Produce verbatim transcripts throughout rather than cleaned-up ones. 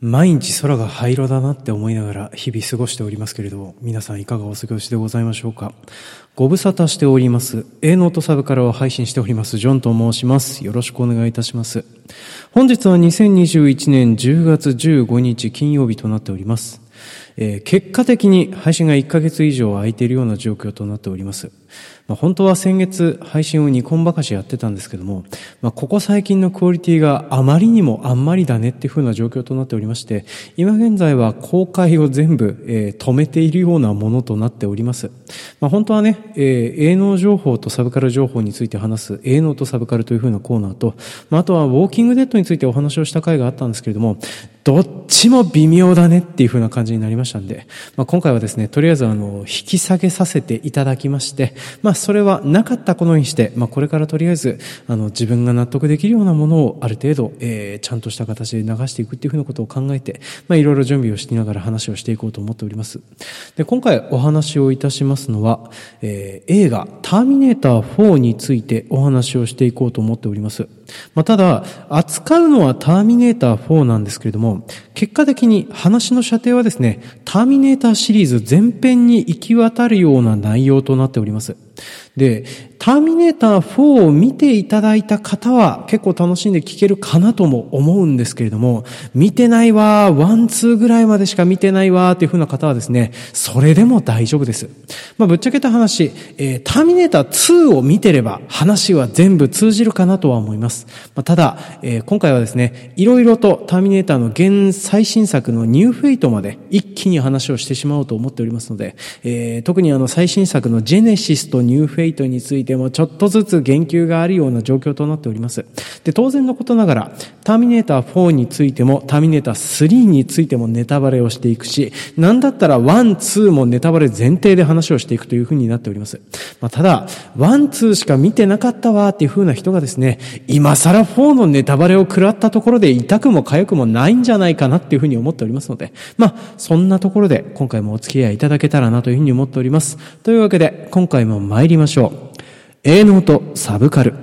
毎日空が灰色だなって思いながら日々過ごしておりますけれども、皆さんいかがお過ごしでございましょうか。ご無沙汰しております A ノートサブからを配信しておりますジョンと申します。よろしくお願いいたします。本日はにせんにじゅういちねんじゅうがつじゅうごにち金曜日となっております。えー、結果的に配信がいっかげつ以上空いているような状況となっております。まあ、本当は先月配信をにこんばかしやってたんですけども、まあ、ここ最近のクオリティがあまりにもあんまりだねっていう風な状況となっておりまして、今現在は公開を全部、えー、止めているようなものとなっております。まあ、本当はね、えー、営農情報とサブカル情報について話す営農とサブカルという風なコーナーと、まあ、あとはウォーキングデッドについてお話をした回があったんですけれども、どっちも微妙だねっていう風な感じになりましたんで、まあ、今回はですね、とりあえずあの、引き下げさせていただきまして、まあ、それはなかったことにして、まあ、これからとりあえず、あの、自分が納得できるようなものをある程度、えー、ちゃんとした形で流していくっていう風なことを考えて、まあ、いろいろ準備をしながら話をしていこうと思っております。で、今回お話をいたしますのは、えー、映画、ターミネーターフォーについてお話をしていこうと思っております。まあ、ただ、扱うのはターミネーターフォーなんですけれども、結果的に話の射程はですね、ターミネーターシリーズ全編に行き渡るような内容となっております。で、ターミネーターフォーを見ていただいた方は結構楽しんで聞けるかなとも思うんですけれども、見てないわー、ワン、ツーぐらいまでしか見てないわーっていう風な方はですね、それでも大丈夫です。まあ、ぶっちゃけた話、えー、ターミネーターツーを見てれば話は全部通じるかなとは思います。まあ、ただ、えー、今回はですね、いろいろとターミネーターの現最新作のニューフェイトまで一気に話をしてしまおうと思っておりますので、えー、特にあの最新作のジェネシスとニューフェイトについてもちょっとずつ言及があるような状況となっております。で、当然のことながら、ターミネーターフォーについても、ターミネータースリーについてもネタバレをしていくし、なんだったらワン、ツーもネタバレ前提で話をしていくという風になっております。まあ、ただ、ワン、ツーしか見てなかったわーっていう風な人がですね、今更フォーのネタバレを食らったところで痛くも痒くもないんじゃないかなっていう風に思っておりますので、まあ、そんなところで今回もお付き合いいただけたらなという風に思っております。というわけで、今回も参りましょう。A ノートサブカル。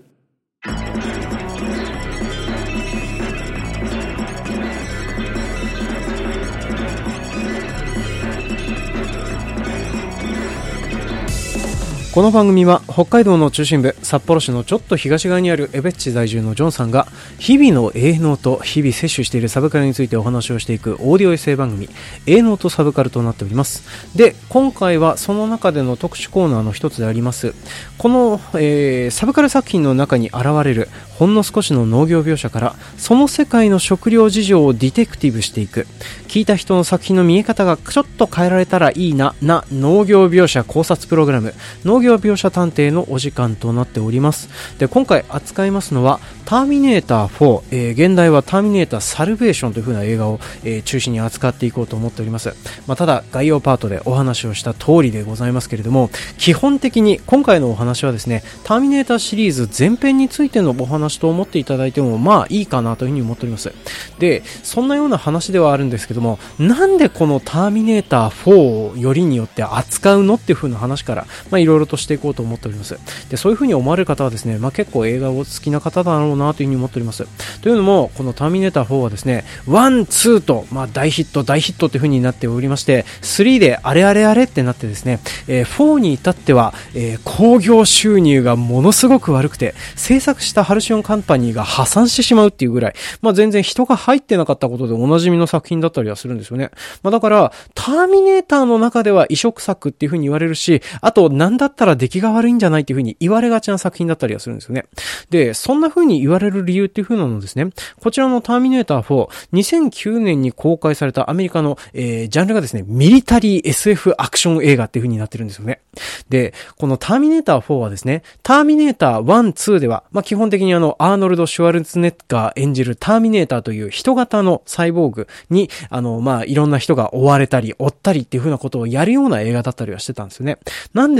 この番組は北海道の中心部札幌市のちょっと東側にある江別市在住のジョンさんが日々の A ノート、日々摂取しているサブカルについてお話をしていくオーディオエッセイ番組 A ノートサブカルとなっております。で、今回はその中での特殊コーナーの一つでありますこの、えー、サブカル作品の中に現れるほんの少しの農業描写からその世界の食料事情をディテクティブしていく、聞いた人の作品の見え方がちょっと変えられたらいいなな農業描写考察プログラム、農業描写探偵のお時間となっております。で、今回扱いますのはターミネーターフォー、えー、現代はターミネーターサルベーションという風な映画を、えー、中心に扱っていこうと思っております。まあ、ただ概要パートでお話をした通りでございますけれども、基本的に今回のお話はですね、ターミネーターシリーズ全編についてのお話と思っていただいてもまあいいかなという風に思っております。で、そんなような話ではあるんですけども、なんでこのターミネーターフォーをよりによって扱うのっていう風な話から、まあいろいろとしていこうと思っております。で、そういう風に思われる方はですね、まあ結構映画を好きな方だろうなという風に思っております。というのも、このターミネーターフォーはですね、ワン、ツーと、まあ大ヒット、大ヒットという風になっておりまして、スリーであれあれあれってなってですね、えー、フォーに至っては、えー、興行収入がものすごく悪くて、制作したハルシオンカンパニーが破産してしまうっていうぐらい、まあ全然人が入ってなかったことでおなじみの作品だったりはするんですよね。まあだから、ターミネーターの中では異色作っていう風に言われるし、あと、なんだったら出来が悪いんじゃないっていう風に言われがちな作品だったりはするんですよね。で、そんな風に言われる理由っていう風なのですね、こちらのターミネーターフォー、にせんきゅうねんに公開されたアメリカの、えー、ジャンルがですね、ミリタリー エスエフ アクション映画っていう風になってるんですよね。で、このターミネーターフォーはですね、ターミネーターワン、ツーでは、まあ、基本的にあの、アーノルド・シュワルツネッガー演じるターミネーターという人型のサイボーグに、あの、まあ、いろんな人が追われたり、追ったりっていう風なことをやるような映画だったりはしてたんですよね。なんですけれども、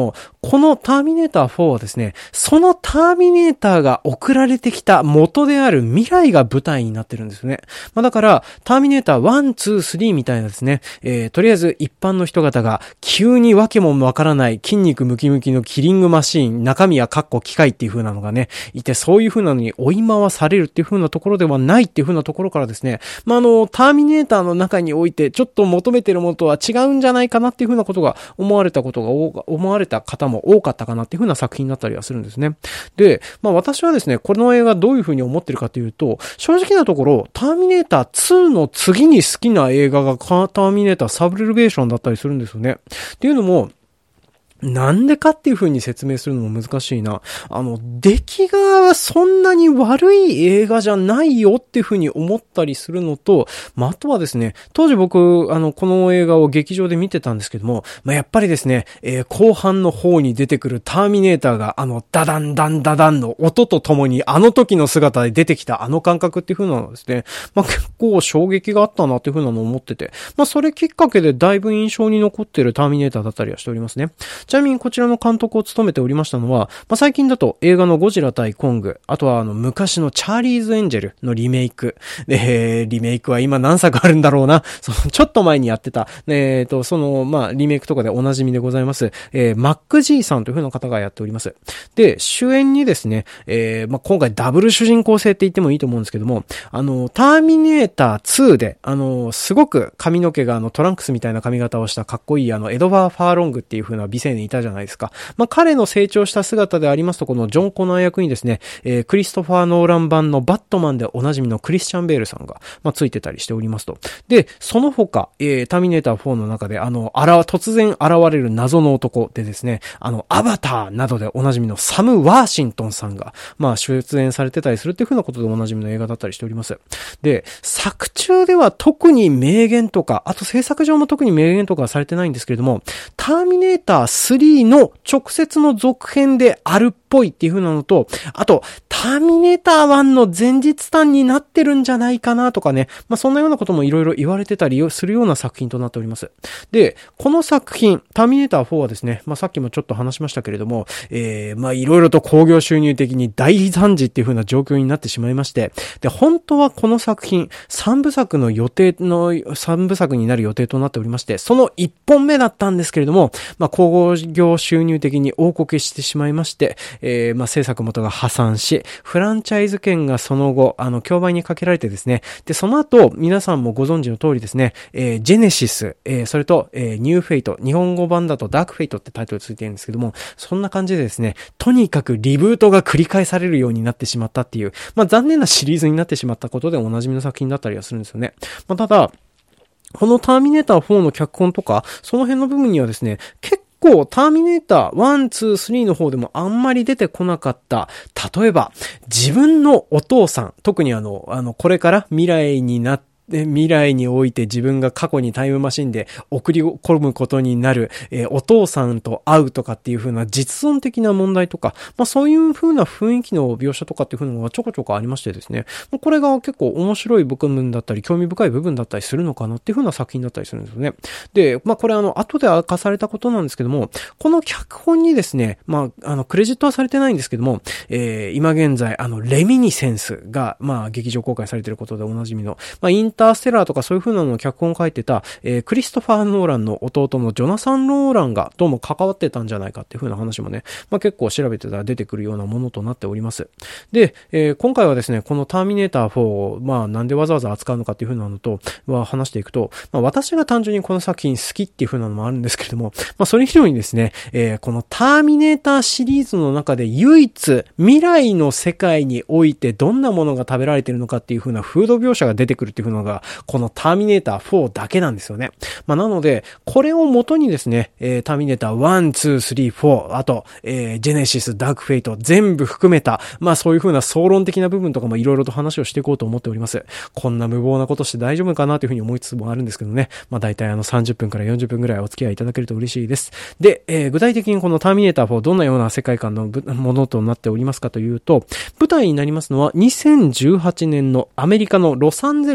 も、このターミネーターフォーはですね、そのターミネーターが送られてきた元である未来が舞台になってるんですよね。まあだから、ターミネーターワン、ツー、スリーみたいなですね、えー、とりあえず一般の人方が急にわけもわからない筋肉ムキムキのキリングマシーン、中身はカッコ機械っていう風なのがね、いて、そういう風なのに追い回されるっていう風なところではないっていう風なところからですね、まああの、ターミネーターの中においてちょっと求めてるものとは違うんじゃないかなっていう風なことが思われたことが多思われた方も多かったかなっていう風な作品だったりはするんですね。で、まあ私はですね、この映画どういう風に思ってるかというと、正直なところ、ターミネーターツーの次に好きな映画がターミネーターサブレベーションだったりするんですよね。っていうのも、なんでかっていう風に説明するのも難しいな。あの、出来がそんなに悪い映画じゃないよっていう風に思ったりするのと、まあ、あとはですね、当時僕、あの、この映画を劇場で見てたんですけども、まあ、やっぱりですね、えー、後半の方に出てくるターミネーターが、あの、ダダンダンダダンの音とともに、あの時の姿で出てきたあの感覚っていう風なのですね、まあ、結構衝撃があったなっていう風なのを思ってて、まあ、それきっかけでだいぶ印象に残ってるターミネーターだったりはしておりますね。ちなみにこちらの監督を務めておりましたのは、まあ、最近だと映画のゴジラ対コング、あとはあの昔のチャーリーズエンジェルのリメイク。で、リメイクは今何作あるんだろうな。そのちょっと前にやってた、えっと、その、まあ、リメイクとかでおなじみでございます、えー、マック G さんという風な方がやっております。で、主演にですね、えー、まあ、今回ダブル主人公制って言ってもいいと思うんですけども、あの、ターミネーターツーで、あの、すごく髪の毛があのトランクスみたいな髪型をしたかっこいいあのエドバー・ファーロングっていう風な美青年いたじゃないですか。まあ、彼の成長した姿でありますと、このジョン・コナー役にですね、えー、クリストファー・ノーラン版のバットマンでおなじみのクリスチャン・ベールさんが、まあ、ついてたりしておりますと。で、その他、えー、ターミネーターフォーの中で、あの、あら、突然現れる謎の男でですね、あの、アバターなどでおなじみのサム・ワーシントンさんが、まあ、出演されてたりするっていう風なことでおなじみの映画だったりしております。で、作中では特に名言とか、あと制作上も特に名言とかはされてないんですけれども、ターミネータースリーの直接の続編であるっぽいっていう風なのと、あと、ターミネーターワンの前日譚になってるんじゃないかなとかね、まあそんなようなこともいろいろ言われてたりするような作品となっております。で、この作品、ターミネーターフォーはですね、まあさっきもちょっと話しましたけれども、えー、まあいろいろと興行収入的に大惨事っていう風な状況になってしまいまして、で、本当はこの作品、三部作の予定の、三部作になる予定となっておりまして、その一本目だったんですけれども、まあ興行収入的に大こけしてしまいまして、えー、まあ制作元が破産し、フランチャイズ権がその後、あの、競売にかけられてですね、で、その後、皆さんもご存知の通りですね、えー、ジェネシス、えー、それと、えー、ニューフェイト、日本語版だとダークフェイトってタイトルついてるんですけども、そんな感じでですね、とにかくリブートが繰り返されるようになってしまったっていう、まあ残念なシリーズになってしまったことでおなじみの作品だったりはするんですよね。まあただ、このターミネーターフォーの脚本とか、その辺の部分にはですね、結構ターミネーターワン、ツー、スリーの方でもあんまり出てこなかった。例えば、自分のお父さん、特にあの、あの、これから未来になって、で未来において自分が過去にタイムマシンで送り込むことになる、えー、お父さんと会うとかっていう風な実存的な問題とか、まあそういう風な雰囲気の描写とかっていう風なのがちょこちょこありましてですね、これが結構面白い部分だったり興味深い部分だったりするのかなっていう風な作品だったりするんですよね。で、まあこれあの後で明かされたことなんですけども、この脚本にですね、まああのクレジットはされてないんですけども、えー、今現在あのレミニセンスがまあ劇場公開されていることでおなじみの、まあインインターステラーとかそういう風なのを脚本を書いてた、えー、クリストファー・ノーランの弟のジョナサン・ローランがどうも関わってたんじゃないかっていう風な話もね、まあ結構調べてたら出てくるようなものとなっております。で、えー、今回はですね、このターミネーターフォーを、まあなんでわざわざ扱うのかっていう風なのと、は話していくと、まあ私が単純にこの作品好きっていう風なのもあるんですけれども、まあそれ以上にですね、えー、このターミネーターシリーズの中で唯一未来の世界においてどんなものが食べられているのかっていう風なフード描写が出てくるっていう風なのが、このターミネーターフォーだけなんですよね。まあなので、これを元にですね、えー、ターミネーターワン、ツー、スリー、フォー、あと、えー、ジェネシス、ダークフェイト、全部含めた、まあそういう風な総論的な部分とかもいろいろと話をしていこうと思っております。こんな無謀なことして大丈夫かなという風に思いつつもあるんですけどね。まあ大体あのさんじゅっぷんからよんじゅっぷんぐらいお付き合いいただけると嬉しいです。で、えー、具体的にこのターミネーターフォーどんなような世界観のものとなっておりますかというと、舞台になりますのはにせんじゅうはちねんのアメリカのロサンゼルスから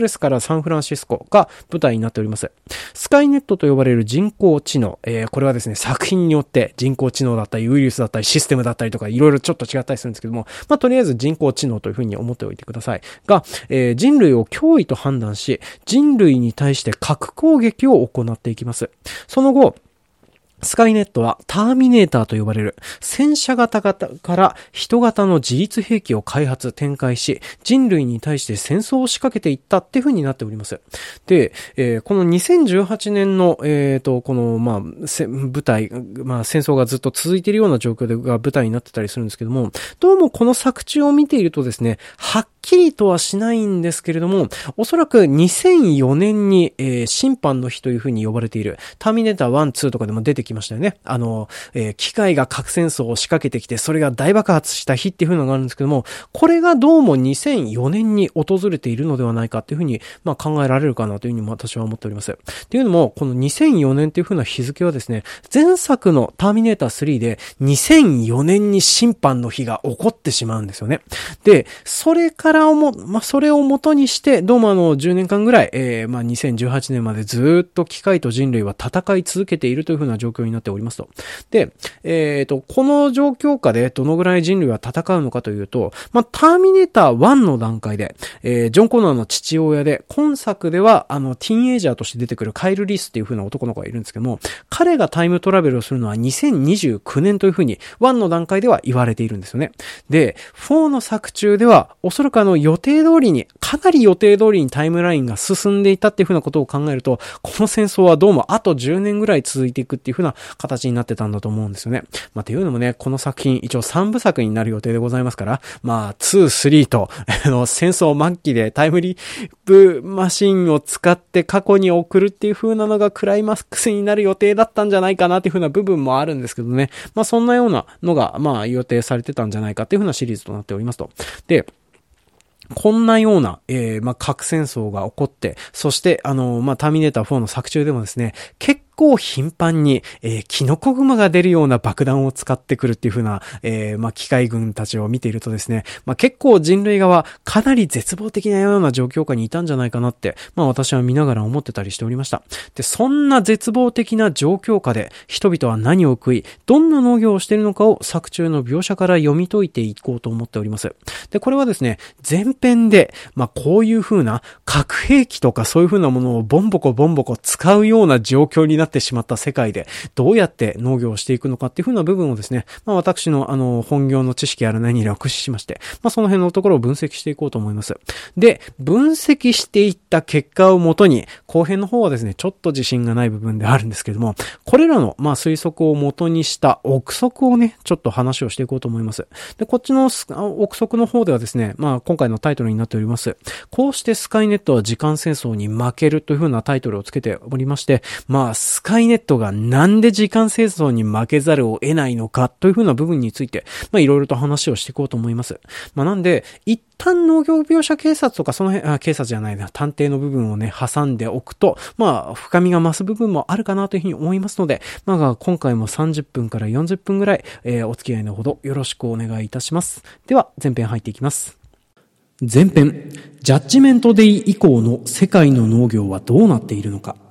サンフランシスコが舞台になっております。スカイネットと呼ばれる人工知能、えー、これはですね、作品によって人工知能だったり、ウイルスだったり、システムだったりとか、いろいろちょっと違ったりするんですけども、まあ、とりあえず人工知能というふうに思っておいてください。が、えー、人類を脅威と判断し、人類に対して核攻撃を行っていきます。その後、スカイネットはターミネーターと呼ばれる戦車型から人型の自律兵器を開発展開し、人類に対して戦争を仕掛けていったっていう風になっております。で、えー、このにせんじゅうはちねんのえっとこのまあ舞台、まあ戦争がずっと続いているような状況でが舞台になってたりするんですけども、どうもこの作中を見ているとですね、はっきりとはしないんですけれども、おそらくにせんよねんに、えー、審判の日という風に呼ばれているターミネーターワン、ツーとかでも出てきましたよね。あの、えー、機械が核戦争を仕掛けてきて、それが大爆発した日っていう風なのがあるんですけども、これがどうもにせんよねんに訪れているのではないかっていう風に、まあ考えられるかなという風に私は思っております。っていうのも、このにせんよねんっていう風な日付はですね、前作のターミネータースリーでにせんよねんに審判の日が起こってしまうんですよね。で、それからも、まあそれを元にして、どうもあのじゅうねんかんぐらい、えー、まあにせんじゅうはちねんまでずっと機械と人類は戦い続けているという風な状況になっておりますと。で、えっと、この状況下でどのぐらい人類は戦うのかというと、まあ、ターミネーターワンの段階で、えー、ジョン・コナーの父親で、今作では、あの、ティーンエイジャーとして出てくるカイル・リースっていう風な男の子がいるんですけども、彼がタイムトラベルをするのはにせんにじゅうきゅうねんという風に、ワンの段階では言われているんですよね。で、フォーの作中では、おそらくあの、予定通りに、かなり予定通りにタイムラインが進んでいたっていう風なことを考えると、この戦争はどうもあとじゅうねんぐらい続いていくっていう風な形になってたんだと思うんですよね。まあ、というのもね、この作品一応さんぶさくになる予定でございますから、まあ、ツー、スリーと、あの、戦争末期でタイムリープマシンを使って過去に送るっていう風なのがクライマックスになる予定だったんじゃないかなっていう風な部分もあるんですけどね。まあ、そんなようなのが、まあ、予定されてたんじゃないかっていう風なシリーズとなっておりますと。で、こんなような、えー、まあ、核戦争が起こって、そして、あの、まあ、ターミネーターフォーの作中でもですね、結構頻繁に、えー、キノコグマが出るような爆弾を使ってくるっていう風な、えー、まあ、機械軍たちを見ているとですね、まあ、結構人類側、かなり絶望的なような状況下にいたんじゃないかなって、まあ、私は見ながら思ってたりしておりました。で、そんな絶望的な状況下で、人々は何を食い、どんな農業をしているのかを作中の描写から読み解いていこうと思っております。で、これはですね、前編で、まあ、こういう風な核兵器とかそういう風なものをボンボコボンボコ使うような状況になってしまった世界で、どうやって農業をしていくのかっていう風な部分をですね、まあ、私のあの、本業の知識やら何に駆使しまして、まあ、その辺のところを分析していこうと思います。で、分析していった結果をもとに、後編の方はですね、ちょっと自信がない部分であるんですけれども、これらの、まあ、推測を元にした憶測をね、ちょっと話をしていこうと思います。で、こっちの憶測の方ではですね、まあ、今回のタイトルになっております。こうしてスカイネットは時間戦争に負けるという風なタイトルをつけておりまして、まあ、スカイネットがなんで時間戦争に負けざるを得ないのかという風な部分について、まあ、いろいろと話をしていこうと思います。まあ、なんで、一旦農業描写警察とかその辺、あ、警察じゃないな、探偵の部分をね、挟んでおくと、まあ、深みが増す部分もあるかなというふうに思いますので、まあ、今回もさんじゅっぷんからよんじゅっぷんぐらい、えー、お付き合いのほどよろしくお願いいたします。では、前編入っていきます。前編、ジャッジメントデイ以降の世界の農業はどうなっているのか。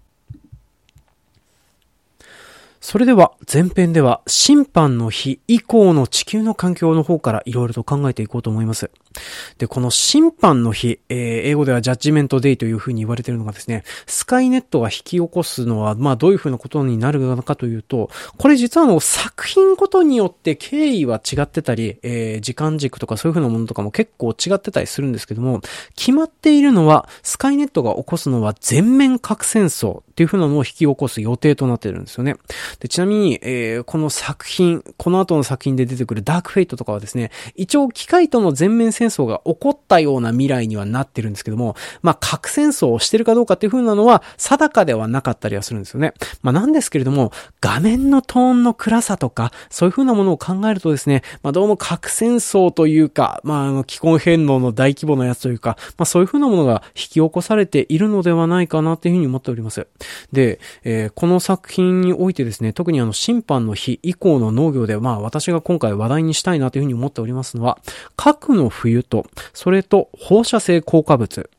それでは前編では審判の日以降の地球の環境の方からいろいろと考えていこうと思います。で、この審判の日、えー、英語ではジャッジメントデイというふうに言われているのがですね、スカイネットが引き起こすのは、まあどういうふうなことになるのかというと、これ実はあの作品ごとによって経緯は違ってたり、えー、時間軸とかそういうふうなものとかも結構違ってたりするんですけども、決まっているのは、スカイネットが起こすのは全面核戦争っていうふうなのを引き起こす予定となっているんですよね。で、ちなみに、えー、この作品、この後の作品で出てくるダークフェイトとかはですね、一応機械との全面戦争が起こったような未来にはなってるんですけども、まあ核戦争をしてるかどうかっていう風なのは定かではなかったりはするんですよね。まあなんですけれども、画面のトーンの暗さとか、そういう風なものを考えるとですね、まあどうも核戦争というか、まああの気候変動の大規模なやつというか、まあそういう風なものが引き起こされているのではないかなっていう風に思っております。で、えー、この作品においてですね、特にあの審判の日以降の農業で、まあ私が今回話題にしたいなという風に思っておりますのは、核の冬と、それと放射性硬化物。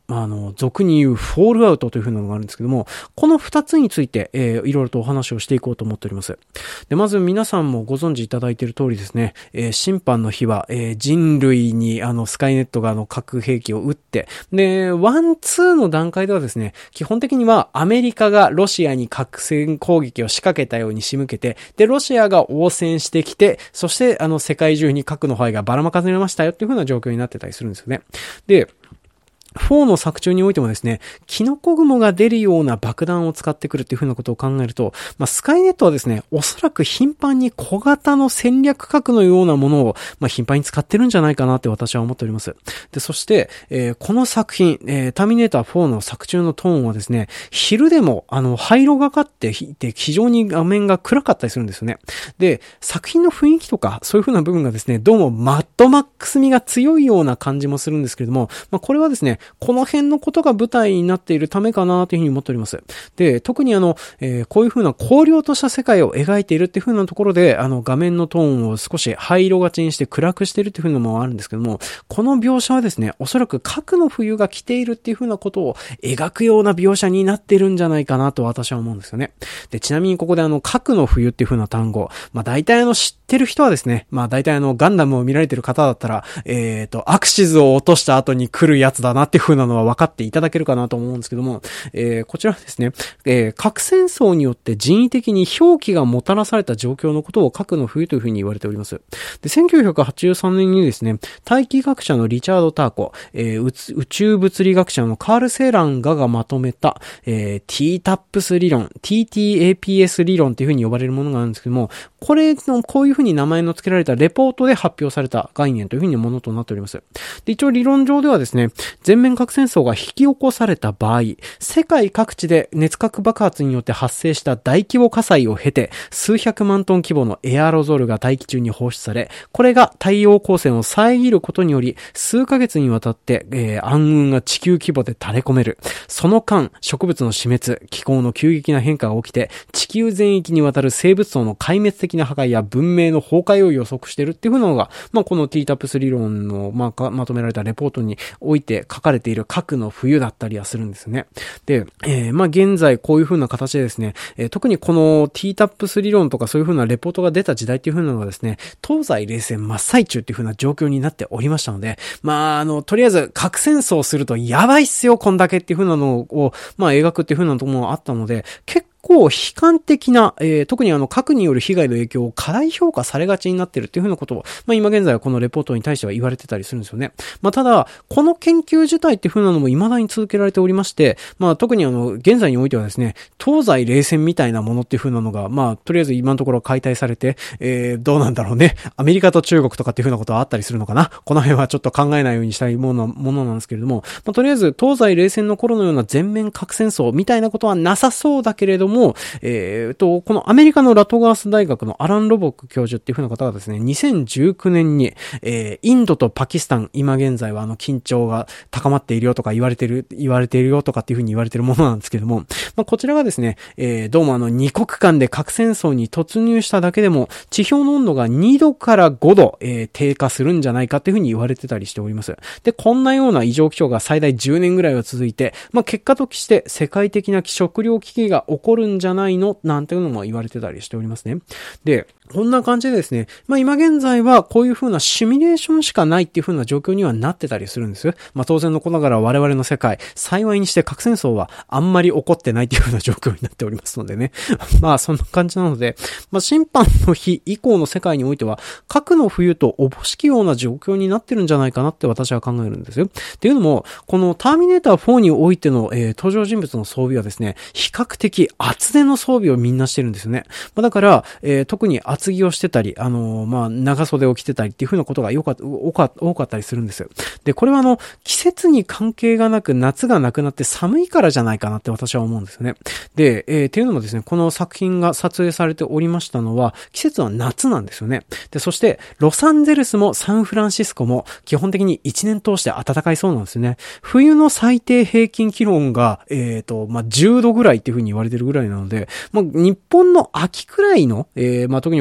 まあ、あの、俗に言うフォールアウトという風なのがあるんですけども、この二つについて、えー、いろいろとお話をしていこうと思っております。で、まず皆さんもご存知いただいている通りですね、えー、審判の日は、えー、人類にあの、スカイネットがあの、核兵器を撃って、で、ワン、ツーの段階ではですね、基本的にはアメリカがロシアに核戦攻撃を仕掛けたように仕向けて、で、ロシアが応戦してきて、そしてあの、世界中に核の灰がばらまかれましたよっていう風な状況になってたりするんですよね。で、フォーの作中においてもですね、キノコ雲が出るような爆弾を使ってくるっていう風なことを考えると、まあ、スカイネットはですね、おそらく頻繁に小型の戦略核のようなものを、まあ、頻繁に使ってるんじゃないかなって私は思っております。で、そして、えー、この作品、えー、ターミネーターフォーの作中のトーンはですね、昼でも、あの、灰色がかっていて、非常に画面が暗かったりするんですよね。で、作品の雰囲気とか、そういう風な部分がですね、どうもマッドマックス味が強いような感じもするんですけれども、まあ、これはですね、この辺のことが舞台になっているためかなというふうに思っております。で、特にあの、えー、こういうふうな荒涼とした世界を描いているっていうふうなところで、あの、画面のトーンを少し灰色がちにして暗くしているっていうふうなのもあるんですけども、この描写はですね、おそらく核の冬が来ているっていうふうなことを描くような描写になっているんじゃないかなと私は思うんですよね。で、ちなみにここであの、核の冬っていうふうな単語、まあ大体あの、知ってる人はですね、まあ大体あの、ガンダムを見られてる方だったら、えっと、アクシズを落とした後に来るやつだなっていうふうなのは分かっていただけるかなと思うんですけども、えー、こちらですね、えー、核戦争によって人為的に氷期がもたらされた状況のことを核の冬というふうに言われております。で、せんきゅうひゃくはちじゅうさんねんにですね、大気学者のリチャード・ターコ、えー、宇宙物理学者のカール・セーランガがまとめた、えー、ティータップス 理論、ティーティーエーピーエス 理論というふうに呼ばれるものがあるんですけども、これの、こういうふうに名前の付けられたレポートで発表された概念というふうにものとなっております。で、一応理論上ではですね、全面核戦争が引き起こされた場合、世界各地で熱核爆発によって発生した大規模火災を経て、数百万トン規模のエアロゾルが大気中に放出され、これが太陽光線を遮ることにより、数ヶ月にわたって、えー、暗雲が地球規模で垂れ込める。その間、植物の死滅、気候の急激な変化が起きて、地球全域にわたる生物層の壊滅的な破壊や文明の崩壊を予測しているっていうふうなのが、まあ、この ティータップス 理論の、まあ、まとめられたレポートにおいて書かれている核の冬だったりはするんですね。で、えー、まあ、現在こういう風な形でですね、えー、特にこの ティータップス 理論とかそういう風なレポートが出た時代っていう風なのがですね、東西冷戦真っ最中っていう風な状況になっておりましたので、まあ、あの、とりあえず核戦争するとやばいっすよ、こんだけっていう風なのを、まあ、描くっていう風なところもあったので、結構構悲観的な、えー、特にあの核による被害の影響を過大評価されがちになっているっていうふうなことを、まあ今現在はこのレポートに対しては言われてたりするんですよね。まあただ、この研究自体っていうふうなのも未だに続けられておりまして、まあ特にあの、現在においてはですね、東西冷戦みたいなものっていうふうなのが、まあとりあえず今のところ解体されて、えー、どうなんだろうね。アメリカと中国とかっていうふうなことはあったりするのかな。この辺はちょっと考えないようにしたいもの、ものなんですけれども、まあとりあえず東西冷戦の頃のような全面核戦争みたいなことはなさそうだけれども、えーと、このアメリカのラトガース大学のアラン・ロボック教授っていう風な方がですね、にせんじゅうきゅうねんに、えー、インドとパキスタン、今現在はあの緊張が高まっているよとか言われてる、言われているよとかっていう風に言われているものなんですけども、まあ、こちらがですね、えー、どうもあの二国間で核戦争に突入しただけでも、地表の温度がにどからごど、えー、低下するんじゃないかっていう風に言われてたりしております。で、こんなような異常気象が最大じゅうねんぐらいは続いて、まあ、結果として世界的な食糧危機が起こるんじゃないのなんていうのも言われてたりしておりますね。で、こんな感じでですね、まあ今現在はこういう風なシミュレーションしかないっていう風な状況にはなってたりするんですよ。まあ当然のことながら我々の世界、幸いにして核戦争はあんまり起こってないっていう風な状況になっておりますのでね。まあそんな感じなので、まあ審判の日以降の世界においては、核の冬とおぼしきような状況になってるんじゃないかなって私は考えるんですよ。っていうのも、このターミネーターフォーにおいての、えー、登場人物の装備はですね、比較的厚手の装備をみんなしてるんですよね。まあ、だから、えー、特に厚着をしてたり、あのー、まあ、長袖を着てたりっていう風なことがよか多か多かったりするんですよ。で、これはあの、季節に関係がなく夏がなくなって寒いからじゃないかなって私は思うんですよね。で、えー、っていうのもですね、この作品が撮影されておりましたのは、季節は夏なんですよね。で、そして、ロサンゼルスもサンフランシスコも基本的にいちねん通して暖かいそうなんですよね。冬の最低平均気温が、えっと、まあ、じゅうどぐらいっていう風に言われてるぐらいなので、まあ、日本の秋くらいの、えー、まあ、特に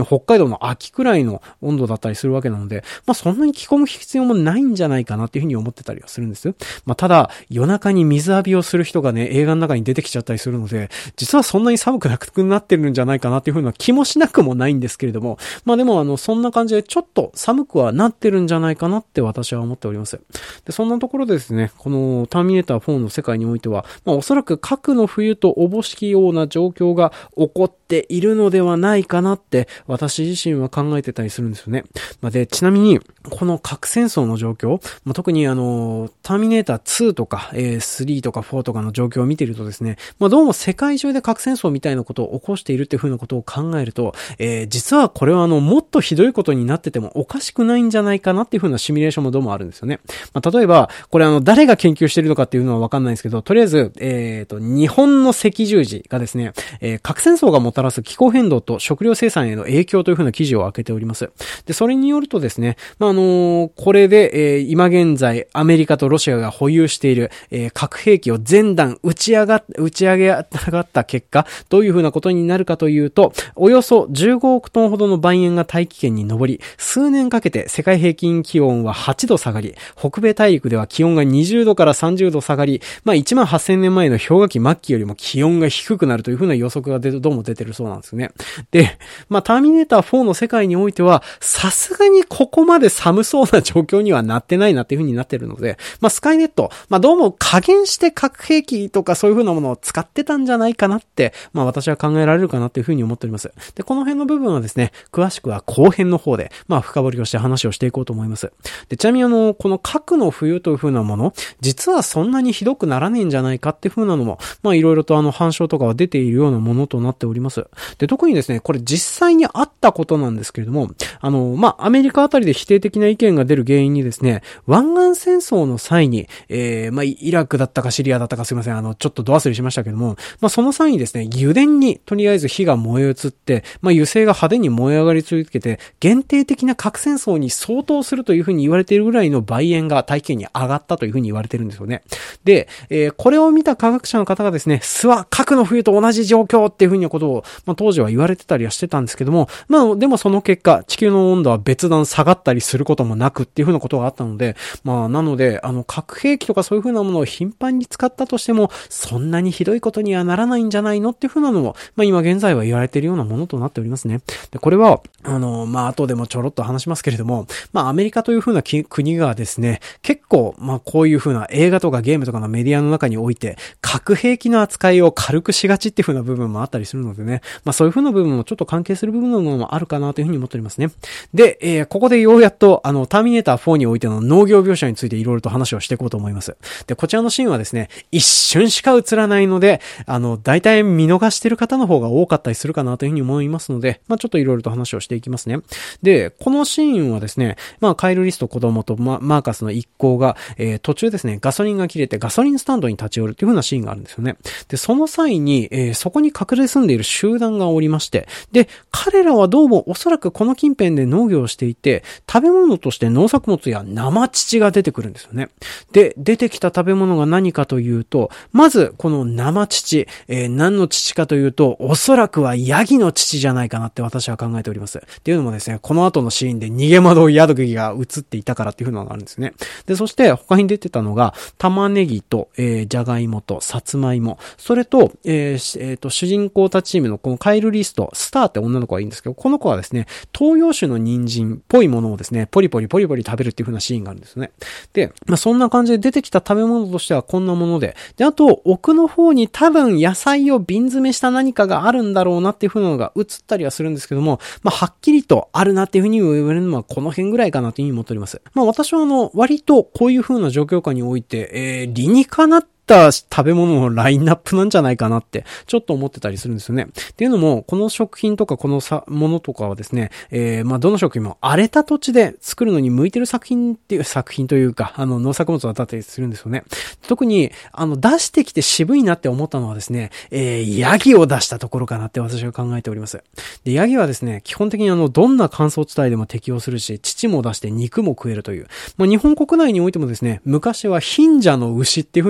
北海道の秋くらいの温度だったりするわけなので、まあそんなに着込む必要もないんじゃないかなっていうふうに思ってたりはするんです。まあただ、夜中に水浴びをする人がね、映画の中に出てきちゃったりするので、実はそんなに寒くなくなってるんじゃないかなっていうふうな気もしなくもないんですけれども、まあでもあの、そんな感じでちょっと寒くはなってるんじゃないかなって私は思っております。で、そんなところでですね、このターミネーターフォーの世界においては、まあおそらく核の冬とおぼしきような状況が起こっているのではないかなって私自身は考えてたりするんですよね。まあ、で、ちなみに、この核戦争の状況、まあ、特にあの、ターミネーターツーとか、えー、スリーとかフォーとかの状況を見ているとですね、まあ、どうも世界中で核戦争みたいなことを起こしているっていう風なことを考えると、えー、実はこれはあの、もっとひどいことになっててもおかしくないんじゃないかなっていう風なシミュレーションもどうもあるんですよね。まあ、例えば、これあの、誰が研究しているのかっていうのはわかんないんですけど、とりあえず、えっと、日本の赤十字がですね、えー、核戦争がもたらす気候変動と食料生産への影響という風な記事を開けております。で、それによるとですね、まあ、あのー、これで、えー、今現在、アメリカとロシアが保有している、えー、核兵器を全弾打ち上が、打ち上げ上がった結果、どういう風なことになるかというと、およそじゅうごおくトンほどの梅塩が大気圏に上り、数年かけて世界平均気温ははちど下がり、北米大陸では気温がにじゅうどからさんじゅうど下がり、まあ、いちまんはっせんねんまえの氷河期末期よりも気温が低くなるという風な予測が出どうも出てるそうなんですね。で、まあ、ターミネーターフォーの世界においては、さすがにここまで寒そうな状況にはなってないなっていう風になってるので、まあ、スカイネット、まあ、どうも加減して核兵器とかそういう風なものを使ってたんじゃないかなって、まあ、私は考えられるかなっていう風に思っております。で、この辺の部分はですね、詳しくは後編の方で、まあ、深掘りをして話をしていこうと思います。で、ちなみにあの、この核の冬という風なもの、実はそんなにひどくならねえんじゃないかっていう風なのも、まあ、いろいろとあの、反証とかは出ているようなものとなっております。で、特にですね、これ実際にあったことなんですけれども、あの、まあ、アメリカあたりで否定的な意見が出る原因にですね、湾岸戦争の際に、えー、まあ、イラクだったかシリアだったかすいません、あの、ちょっとド忘れしましたけども、まあ、その際にですね、油田にとりあえず火が燃え移って、まあ、油性が派手に燃え上がり続けて、限定的な核戦争に相当するというふうに言われているぐらいの梅塩が大気圏に上がったというふうに言われているんですよね。で、えー、これを見た科学者の方がですね、諏訪、核の冬と同じ状況っていうふうなことを、まあ、当時は言われてたりはしてたんですけども、まあ、でもその結果、地球の温度は別段下がったりすることもなくっていうふうなことがあったので、まあ、なので、あの、核兵器とかそういうふうなものを頻繁に使ったとしても、そんなにひどいことにはならないんじゃないのっていうふうなのも、まあ、今現在は言われているようなものとなっておりますね。で、これは、あの、まあ、後でもちょろっと話しますけれども、まあ、アメリカというふうな国がですね、結構、まあ、こういうふうな映画とかゲームとかのメディアの中において、核兵器の扱いを軽くしがちっていうふうな部分もあったりするのでね、まあ、そういうふうな部分もちょっと関係する部分のものもあるかなというふうに思っておりますね。で、えー、ここでようやっと、あの、ターミネーターフォーにおいての農業描写についていろいろと話をしていこうと思います。で、こちらのシーンはですね、一瞬しか映らないので、あの、大体見逃してる方の方が多かったりするかなというふうに思いますので、まあ、ちょっといろいろと話をしていきますね。で、このシーンはですね、まあ、カイル・リスと子供とマーカスの一行が、えー、途中ですね、ガソリンが切れてガソリンスタンドに立ち寄るっていう風なシーンがあるんですよね。で、その際に、えー、そこに隠れ住んでいる集団がおりまして、で、彼らはどうもおそらくこの近辺で農業をしていて、食べ物として農作物や生乳が出てくるんですよね。で、出てきた食べ物が何かというと、まずこの生乳、えー、何の乳かというと、おそらくはヤギの乳じゃないかなって私は考えております。っていうのもですね、この後のシーンで逃げ惑うヤドギが映っていたからっていうのがあるんですね。で、そして他に出てたのが、玉ねぎと、えー、じゃがいもと、さつまいも、それと、えーえー、と、主人公たちチームのこのカイル・リスト、スターって女の子がいいんですけど、この子はですね、東洋種の人参っぽいものをですね、ポリポリポリポリ食べるっていう風なシーンがあるんですね。で、まあ、そんな感じで出てきた食べ物としてはこんなもので、で、あと、奥の方に多分野菜を瓶詰めした何かがあるんだろうなっていう風なのが映ったりはするんですけども、まあ、はっきりとあるなっていう風に言われるのはこの辺ぐらいかなという風に思っております。まあ、私はあの、割とこういう風な状況下において、えー、理にかなって食べ物のラインナップなんじゃないかなってちょっと思ってたりするんですよね。っていうのも、この食品とかこのさものとかはですね、えー、まあどの食品も荒れた土地で作るのに向いてる作品っていう作品というか、あの農作物だったりするんですよね。特にあの出してきて渋いなって思ったのはですね、えー、ヤギを出したところかなって私は考えております。で、ヤギはですね、基本的にあのどんな乾燥地帯でも適応するし、乳も出して肉も食えるという、まあ日本国内においてもですね、昔は貧者の牛っていう風に言われており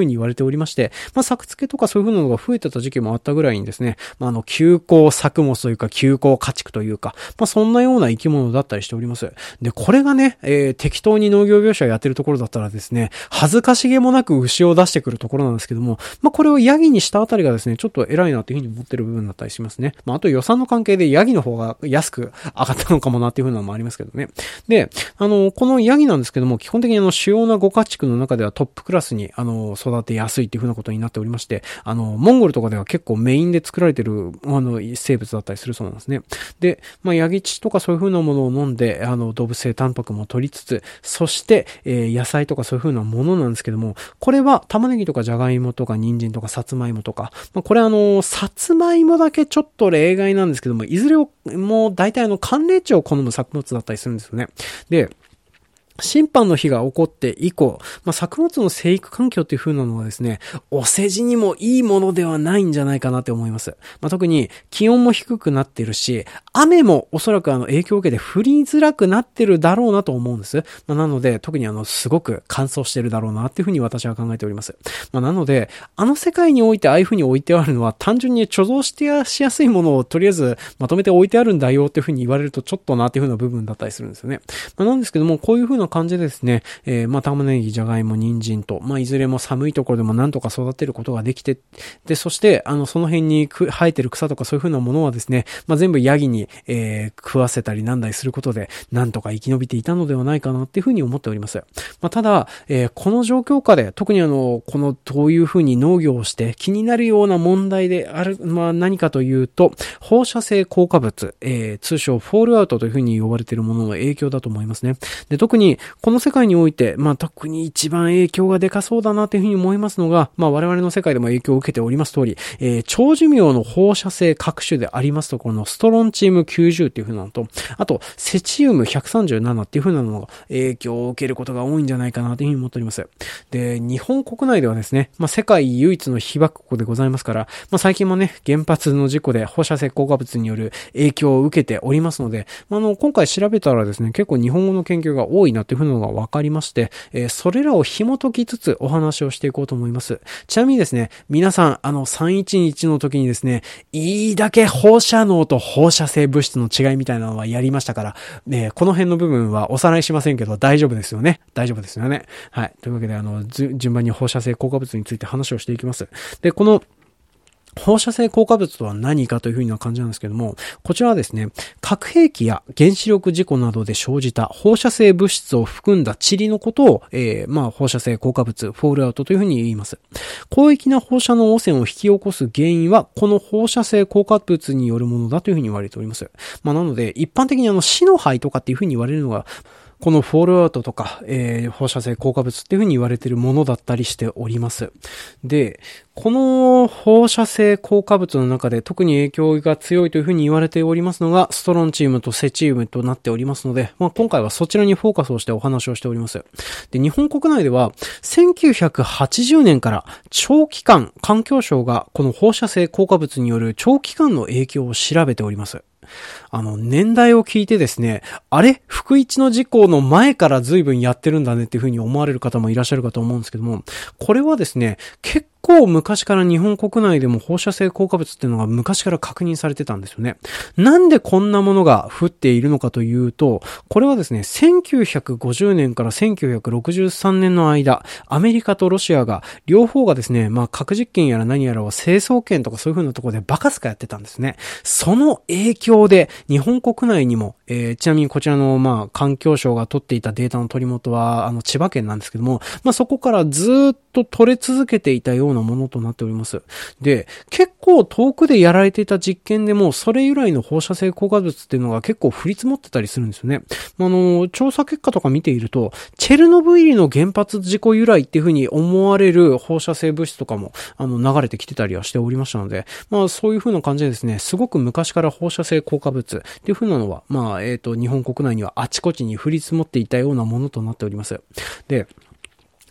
おりまして、まあ、作付けとかそういう風なのが増えてた時期もあったぐらいにですね、まあ、あの、休耕作物というか、休耕家畜というか、まあ、そんなような生き物だったりしております。で、これがね、えー、適当に農業描写やってるところだったらですね、恥ずかしげもなく牛を出してくるところなんですけども、まあ、これをヤギにしたあたりがですね、ちょっと偉いなっていう風に思ってる部分だったりしますね。まあ、あと予算の関係でヤギの方が安く上がったのかもなっていう風なのもありますけどね。で、あの、このヤギなんですけども、基本的にあの、主要なご家畜の中ではトップクラスに、あの、育てやすいっていう風なことになっておりまして、あの、モンゴルとかでは結構メインで作られてる、あの、生物だったりするそうなんですね。で、まあ、ヤギ乳とかそういう風なものを飲んで、あの、動物性タンパクも取りつつ、そして、えー、野菜とかそういう風なものなんですけども、これは玉ねぎとかじゃがいもとか人参とかさつまいもとか、まあ、これあの、さつまいもだけちょっと例外なんですけども、いずれを、もう大体あの、寒冷地を好む作物だったりするんですよね。で、審判の日が起こって以降、まあ、作物の生育環境っていう風なのはですね、お世辞にもいいものではないんじゃないかなって思います。まあ、特に気温も低くなってるし、雨もおそらくあの影響を受けて降りづらくなってるだろうなと思うんです。まあ、なので、特にあの、すごく乾燥してるだろうなっていう風に私は考えております。まあ、なので、あの世界においてああいう風に置いてあるのは単純に貯蔵してしやすいものをとりあえずまとめて置いてあるんだよっていう風に言われるとちょっとなっていう風な部分だったりするんですよね。まあ、なんですけども、こういう風な感じでですね、えー、まあ、玉ねぎ、じゃがいも、人参と、まあ、いずれも寒いところでもなんとか育てることができて、で、そして、あの、その辺に生えてる草とかそういう風なものはですね、まあ、全部ヤギに、えー、食わせたりなんだりすることで、なんとか生き延びていたのではないかなっていう風に思っております。まあ、ただ、えー、この状況下で、特にあの、この、どういう風に農業をして気になるような問題である、まあ、何かというと、放射性効果物、えー、通称フォールアウトという風に呼ばれているものの影響だと思いますね。で、特に、この世界において、まあ特に一番影響がでかそうだなというふうに思いますのが、まあ我々の世界でも影響を受けております通り、えー、長寿命の放射性各種でありますところのストロンチウムきゅうじゅうっていうふうなのと、あとセチウムひゃくさんじゅうななっていうふうなのが影響を受けることが多いんじゃないかなというふうに思っております。で、日本国内ではですね、まあ世界唯一の被爆国でございますから、まあ最近もね、原発の事故で放射性効果物による影響を受けておりますので、まあ、あの、今回調べたらですね、結構日本語の研究が多いなというふうなのが分かりまして、えー、それらを紐解きつつお話をしていこうと思います。ちなみにですね、皆さん、あの、さんいちにちの時にですね、いいだけ放射能と放射性物質の違いみたいなのはやりましたから、ね、この辺の部分はおさらいしませんけど、大丈夫ですよね。大丈夫ですよね。はい。というわけで、あの、順番に放射性効果物について話をしていきます。で、この、放射性効果物とは何かというふうな感じなんですけども、こちらはですね、核兵器や原子力事故などで生じた放射性物質を含んだ塵のことを、えー、まあ放射性効果物、フォールアウトというふうに言います。広域な放射能汚染を引き起こす原因は、この放射性効果物によるものだというふうに言われております。まあなので、一般的にあの死の灰とかっていうふうに言われるのが、このフォールアウトとか、えー、放射性効果物っていう風に言われているものだったりしております。で、この放射性効果物の中で特に影響が強いという風に言われておりますのが、ストロンチウムとセチウムとなっておりますので、まあ、今回はそちらにフォーカスをしてお話をしております。で、日本国内では、せんきゅうひゃくはちじゅうねんから長期間、環境省がこの放射性効果物による長期間の影響を調べております。あの、年代を聞いてですね、あれ福一の事故の前から随分やってるんだねっていう風に思われる方もいらっしゃるかと思うんですけども、これはですね、結構昔から日本国内でも放射性効果物っていうのが昔から確認されてたんですよね。なんでこんなものが降っているのかというと、これはですね、せんきゅうひゃくごじゅうねんからせんきゅうひゃくろくじゅうさんねんの間、アメリカとロシアが両方がですね、まあ核実験やら何やらを成層圏とかそういう風なところでバカスカやってたんですね。その影響で日本国内にも、えー、ちなみにこちらのまあ環境省が取っていたデータの取り元はあの千葉県なんですけども、まあそこからずーっと取れ続けていたようなものとなっております。で、結構遠くでやられていた実験でもそれ由来の放射性効果物っていうのが結構降り積もってたりするんですよね。あの調査結果とか見ていると、チェルノブイリの原発事故由来っていう風に思われる放射性物質とかもあの流れてきてたりはしておりましたので、まあそういう風な感じでですね、すごく昔から放射性効果物っていう風なのは、まあえっと日本国内にはあちこちに降り積もっていたようなものとなっております。で、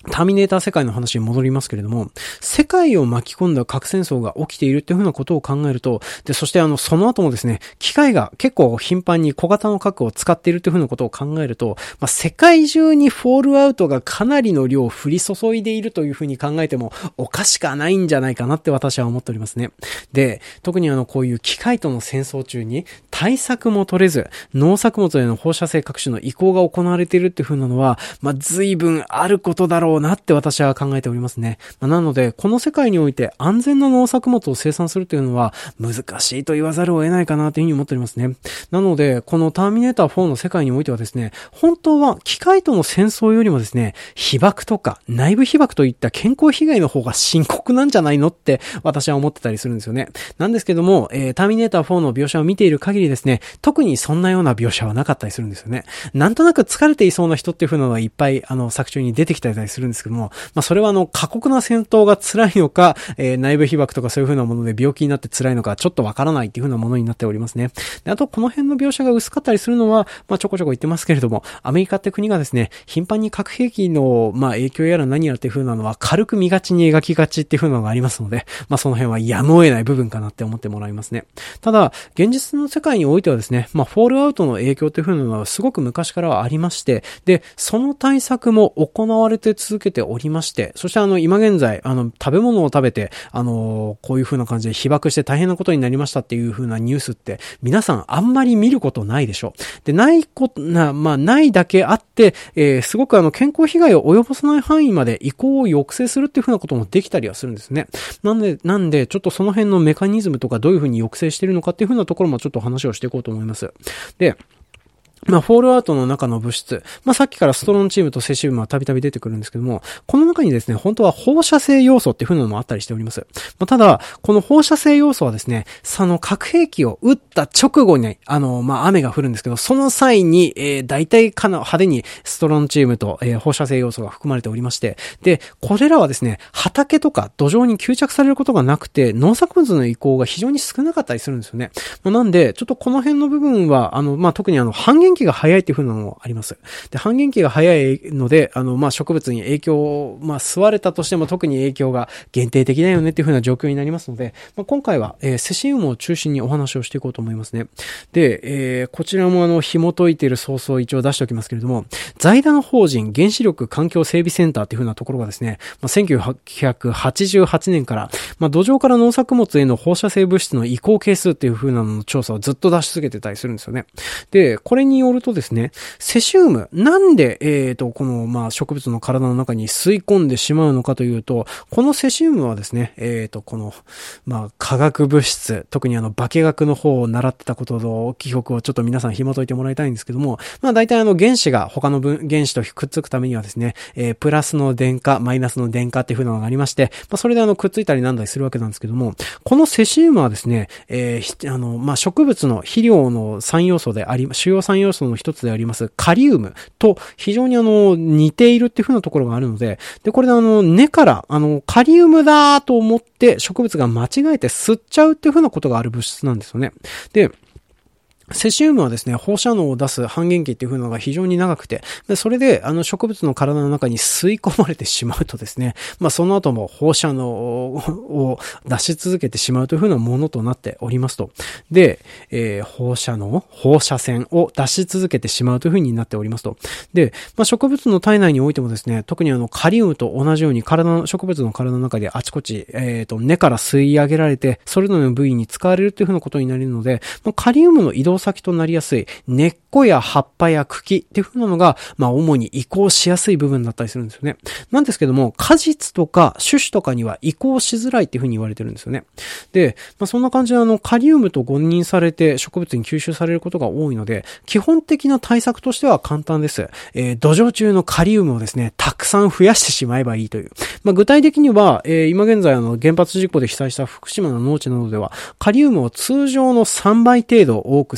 ターミネーター世界の話に戻りますけれども、世界を巻き込んだ核戦争が起きているっていうふうなことを考えると、で、そしてあの、その後もですね、機械が結構頻繁に小型の核を使っているっていうふうなことを考えると、まあ、世界中にフォールアウトがかなりの量降り注いでいるというふうに考えてもおかしくはないんじゃないかなって私は思っておりますね。で、特にあの、こういう機械との戦争中に対策も取れず、農作物への放射性各種の移行が行われているっていうふうなのは、まあ、随分あることだろうなって私は考えておりますね。まあ、なので、この世界において安全な農作物を生産するというのは難しいと言わざるを得ないかなというふうに思っておりますね。なので、このターミネーターフォーの世界においてはですね、本当は機械との戦争よりもですね、被爆とか内部被爆といった健康被害の方が深刻なんじゃないのって私は思ってたりするんですよね。なんですけども、えー、ターミネーターフォーの描写を見ている限りですね、特にそんなような描写はなかったりするんですよね。なんとなく疲れていそうな人っていう風なのはいっぱいあの作中に出てきたりするんですけども、まあそれはあの過酷な戦闘が辛いのか、えー、内部被爆とかそういう風なもので病気になって辛いのかちょっとわからないっていう風なものになっておりますね。で、あとこの辺の描写が薄かったりするのは、まあちょこちょこ言ってますけれども、アメリカって国がですね、頻繁に核兵器のまあ影響やら何やらっていう風なのは軽く見がちに描きがちっていう風なのがありますので、まあその辺はやむを得ない部分かなって思ってもらいますね。ただ、現実の世界においてはですね、まあフォールアウトの影響っていう風なのはすごく昔からはありまして、で、その対策も行われて続けておりまして、そしてあの今現在、あの食べ物を食べて、あのこういう風な感じで被爆して大変なことになりましたっていう風なニュースって皆さんあんまり見ることないでしょ。で、ないことな、まあないだけあって、えー、すごくあの健康被害を及ぼさない範囲まで移行を抑制するっていう風なこともできたりはするんですね。なんで、なんでちょっとその辺のメカニズムとかどういう風に抑制しているのかっていう風なところもちょっと話をしていこうと思います。で、まあ、フォールアウトの中の物質。まあ、さっきからストロンチウムとセシウムはたびたび出てくるんですけども、この中にですね、本当は放射性要素っていう風なのもあったりしております。まあ、ただ、この放射性要素はですね、その核兵器を撃った直後に、あの、まあ、雨が降るんですけど、その際に、えー、大体かな、派手にストロンチウムと、えー、放射性要素が含まれておりまして、で、これらはですね、畑とか土壌に吸着されることがなくて、農作物の移行が非常に少なかったりするんですよね。まあ、なんで、ちょっとこの辺の部分は、あの、まあ、特にあの、半減期が早いっていう風なのもあります。で、半減期が早いので、あの、まあ、植物に影響を、まあ、吸われたとしても特に影響が限定的だよねっていう風な状況になりますので、まあ、今回は、えー、セシウムを中心にお話をしていこうと思いますね。で、えー、こちらもあの、紐解いているソースを一応出しておきますけれども、財団法人原子力環境整備センターっていう風なところがですね、まあ、せんきゅうひゃくはちじゅうはちねんから、まあ、土壌から農作物への放射性物質の移行係数っていう風なのの調査をずっと出し続けてたりするんですよね。で、これによるとですね、セシウム、なんで、えっと、この、まあ、植物の体の中に吸い込んでしまうのかというと、このセシウムはですね、えっと、この、まあ、化学物質、特にあの、化学の方を習ってたことの記憶をちょっと皆さん紐解いてもらいたいんですけども、まあ、大体あの、原子が他の分原子とくっつくためにはですね、えー、プラスの電荷、マイナスの電荷っていう風なのがありまして、まあ、それであの、くっついたりなんだりするわけなんですけども、このセシウムはですね、えー、あの、まあ、植物の肥料のさん要素であり、主要さん要素の一つであります、カリウムと非常にあの、似ているっていう風なところがあるので、で、これであの、根から、あの、カリウムだと思って植物が間違えて吸っちゃうっていう風なことがある物質なんですよね。で、セシウムはですね、放射能を出す半減期っていう風なのが非常に長くて、で、それで、あの、植物の体の中に吸い込まれてしまうとですね、まあ、その後も放射能を出し続けてしまうという風なものとなっておりますと。で、えー、放射能、放射線を出し続けてしまうという風になっておりますと。で、まあ、植物の体内においてもですね、特にあの、カリウムと同じように体の、植物の体の中であちこち、えっと、根から吸い上げられて、それぞれの部位に使われるという風なことになるので、まあ、カリウムの移動先となりやすい根っこや葉っぱや茎っていう風なのが、まあ主に移行しやすい部分だったりするんですよね。なんですけども、果実とか種子とかには移行しづらいっていう風に言われてるんですよね。で、まあそんな感じであの、カリウムと誤認されて植物に吸収されることが多いので、基本的な対策としては簡単です。えー、土壌中のカリウムをですね、たくさん増やしてしまえばいいという。まあ具体的には、えー、今現在あの、原発事故で被災した福島の農地などでは、カリウムを通常のさんばい程度多く摂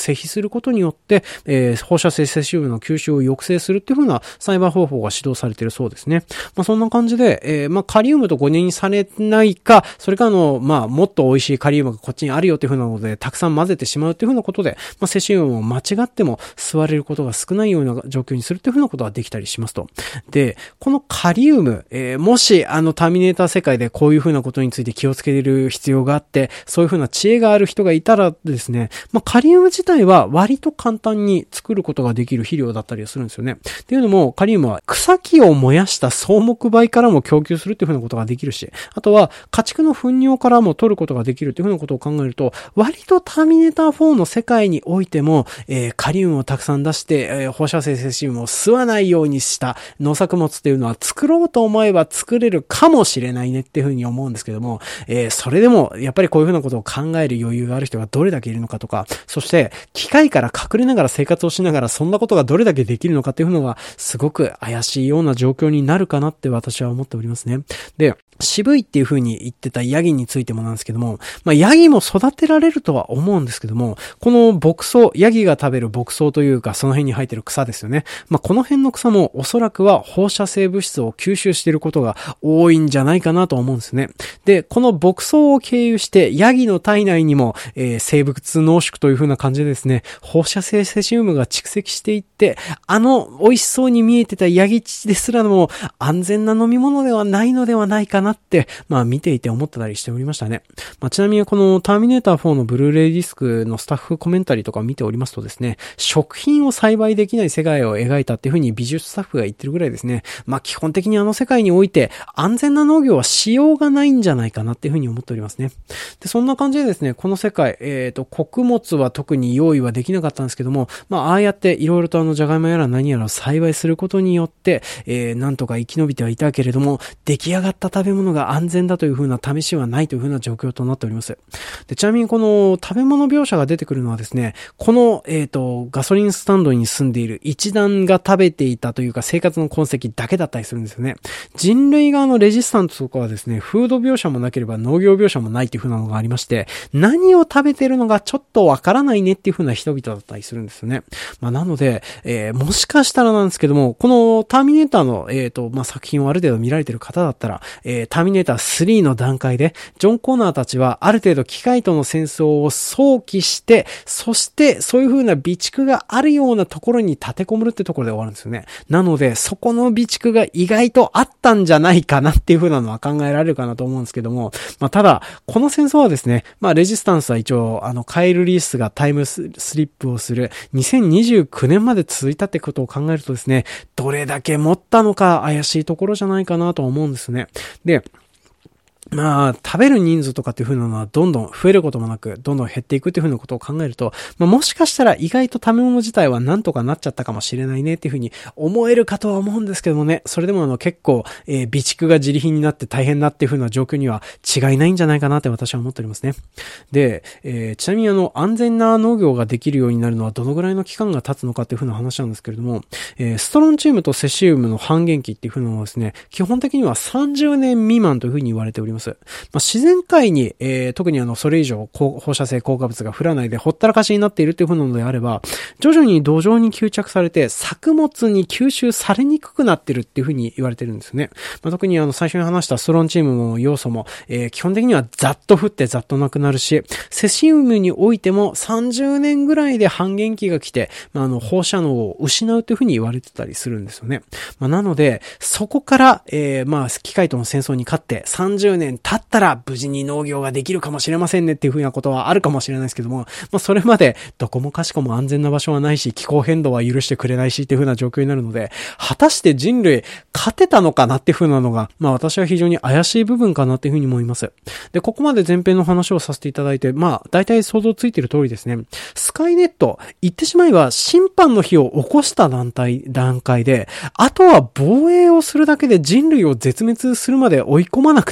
施肥することによって、えー、放射性セシウムの吸収を抑制するっていう風な栽培方法が指導されているそうですね。まあそんな感じで、えー、まあカリウムと誤認にされないか、それからの、まあもっと美味しいカリウムがこっちにあるよっていう風なので、たくさん混ぜてしまうっていう風なことで、まあセシウムを間違っても吸われることが少ないような状況にするっていう風なことができたりしますと。で、このカリウム、えー、もしあのターミネーター世界でこういう風なことについて気をつける必要があって、そういう風な知恵がある人がいたらですね、まあカリウム自体は割と簡単に作ることができる肥料だったりするんですよね。っていうのも、カリウムは草木を燃やした草木灰からも供給するっていう風なことができるし、あとは家畜の糞尿からも取ることができるっていう風なことを考えると、割とターミネーターフォーの世界においても、えー、カリウムをたくさん出して、えー、放射性セシウムを吸わないようにした農作物っていうのは作ろうと思えば作れるかもしれないねっていう風に思うんですけども、えー、それでもやっぱりこういう風なことを考える余裕がある人がどれだけいるのかとか、そして機械から隠れながら生活をしながらそんなことがどれだけできるのかっていうのがすごく怪しいような状況になるかなって私は思っておりますね。で、渋いっていう風に言ってたヤギについてもなんですけども、まあヤギも育てられるとは思うんですけども、この牧草、ヤギが食べる牧草というかその辺に生えてる草ですよね。まあこの辺の草もおそらくは放射性物質を吸収していることが多いんじゃないかなと思うんですね。で、この牧草を経由してヤギの体内にも、えー、生物濃縮という風な感じでですね、放射性セシウムが蓄積していって、あの美味しそうに見えてたヤギ乳ですらも安全な飲み物ではないのではないかなって、まあ見ていて思ったりしておりましたね。まあちなみにこのターミネーターフォーのブルーレイディスクのスタッフコメンタリーとか見ておりますとですね、食品を栽培できない世界を描いたっていう風に美術スタッフが言ってるぐらいですね、まあ基本的にあの世界において安全な農業はしようがないんじゃないかなっていう風に思っておりますね。で、そんな感じでですね、この世界、えっと、穀物は特に用意はできなかったんですけども、まあああやっていろいろとあのジャガイモやら何やらを栽培することによって、えー、なんとか生き延びてはいたけれども、出来上がった食べ物が安全だという風な試しはないという風な状況となっております。で、ちなみにこの食べ物描写が出てくるのはですね、この、えっと、ガソリンスタンドに住んでいる一団が食べていたというか生活の痕跡だけだったりするんですよね。人類側のレジスタントとかはですね、フード描写もなければ農業描写もないという風なのがありまして、何を食べているのがちょっとわからないねっていう風な人々だったりするんですよね。まあなので、えー、もしかしたらなんですけども、このターミネーターの、えっと、まあ作品をある程度見られている方だったら、えー、ターミネータースリーの段階で、ジョン・コーナーたちはある程度機械との戦争を想起して、そしてそういう風な備蓄があるようなところに立てこもるってところで終わるんですよね。なので、そこの備蓄が意外とあったんじゃないかなっていう風なのは考えられるかなと思うんですけども、まあただ、この戦争はですね、まあレジスタンスは一応、あの、カイル・リースがタイムスリップをするにせんにじゅうきゅうねんまで続いたってことを考えるとですね、どれだけ持ったのか怪しいところじゃないかなと思うんですね。で、まあ、食べる人数とかっていう風なのはどんどん増えることもなく、どんどん減っていくっていう風なことを考えると、まあもしかしたら意外と食べ物自体はなんとかなっちゃったかもしれないねっていう風に思えるかとは思うんですけどもね、それでもあの結構、えー、備蓄が自利品になって大変だっていう風な状況には違いないんじゃないかなって私は思っておりますね。で、えー、ちなみにあの安全な農業ができるようになるのはどのぐらいの期間が経つのかっていう風な話なんですけれども、えー、ストロンチウムとセシウムの半減期っていう風なのはですね、基本的にはさんじゅうねん未満という風に言われております。まあ、自然界に、えー、特にあのそれ以上放射性硬化物が降らないでほったらかしになっているという風なのであれば、徐々に土壌に吸着されて作物に吸収されにくくなっているっていう風に言われてるんですね。まあ、特にあの最初に話したストロンチウムの要素も、えー、基本的にはざっと降ってざっとなくなるし、セシウムにおいてもさんじゅうねんぐらいで半減期が来て、まあ、あの放射能を失うという風に言われてたりするんですよね。まあ、なのでそこから、えー、まあ機械との戦争に勝ってさんじゅうねん経ったら無事に農業ができるかもしれませんねっていう風なことはあるかもしれないですけども、まあそれまでどこもかしこも安全な場所はないし、気候変動は許してくれないしっていう風な状況になるので、果たして人類勝てたのかなっていう風なのが、まあ私は非常に怪しい部分かなっていう風に思います。で、ここまで前編の話をさせていただいて、まあ大体想像ついている通りですね。スカイネット、言ってしまえば審判の日を起こした団体、段階で、あとは防衛をするだけで人類を絶滅するまで追い込まなくても、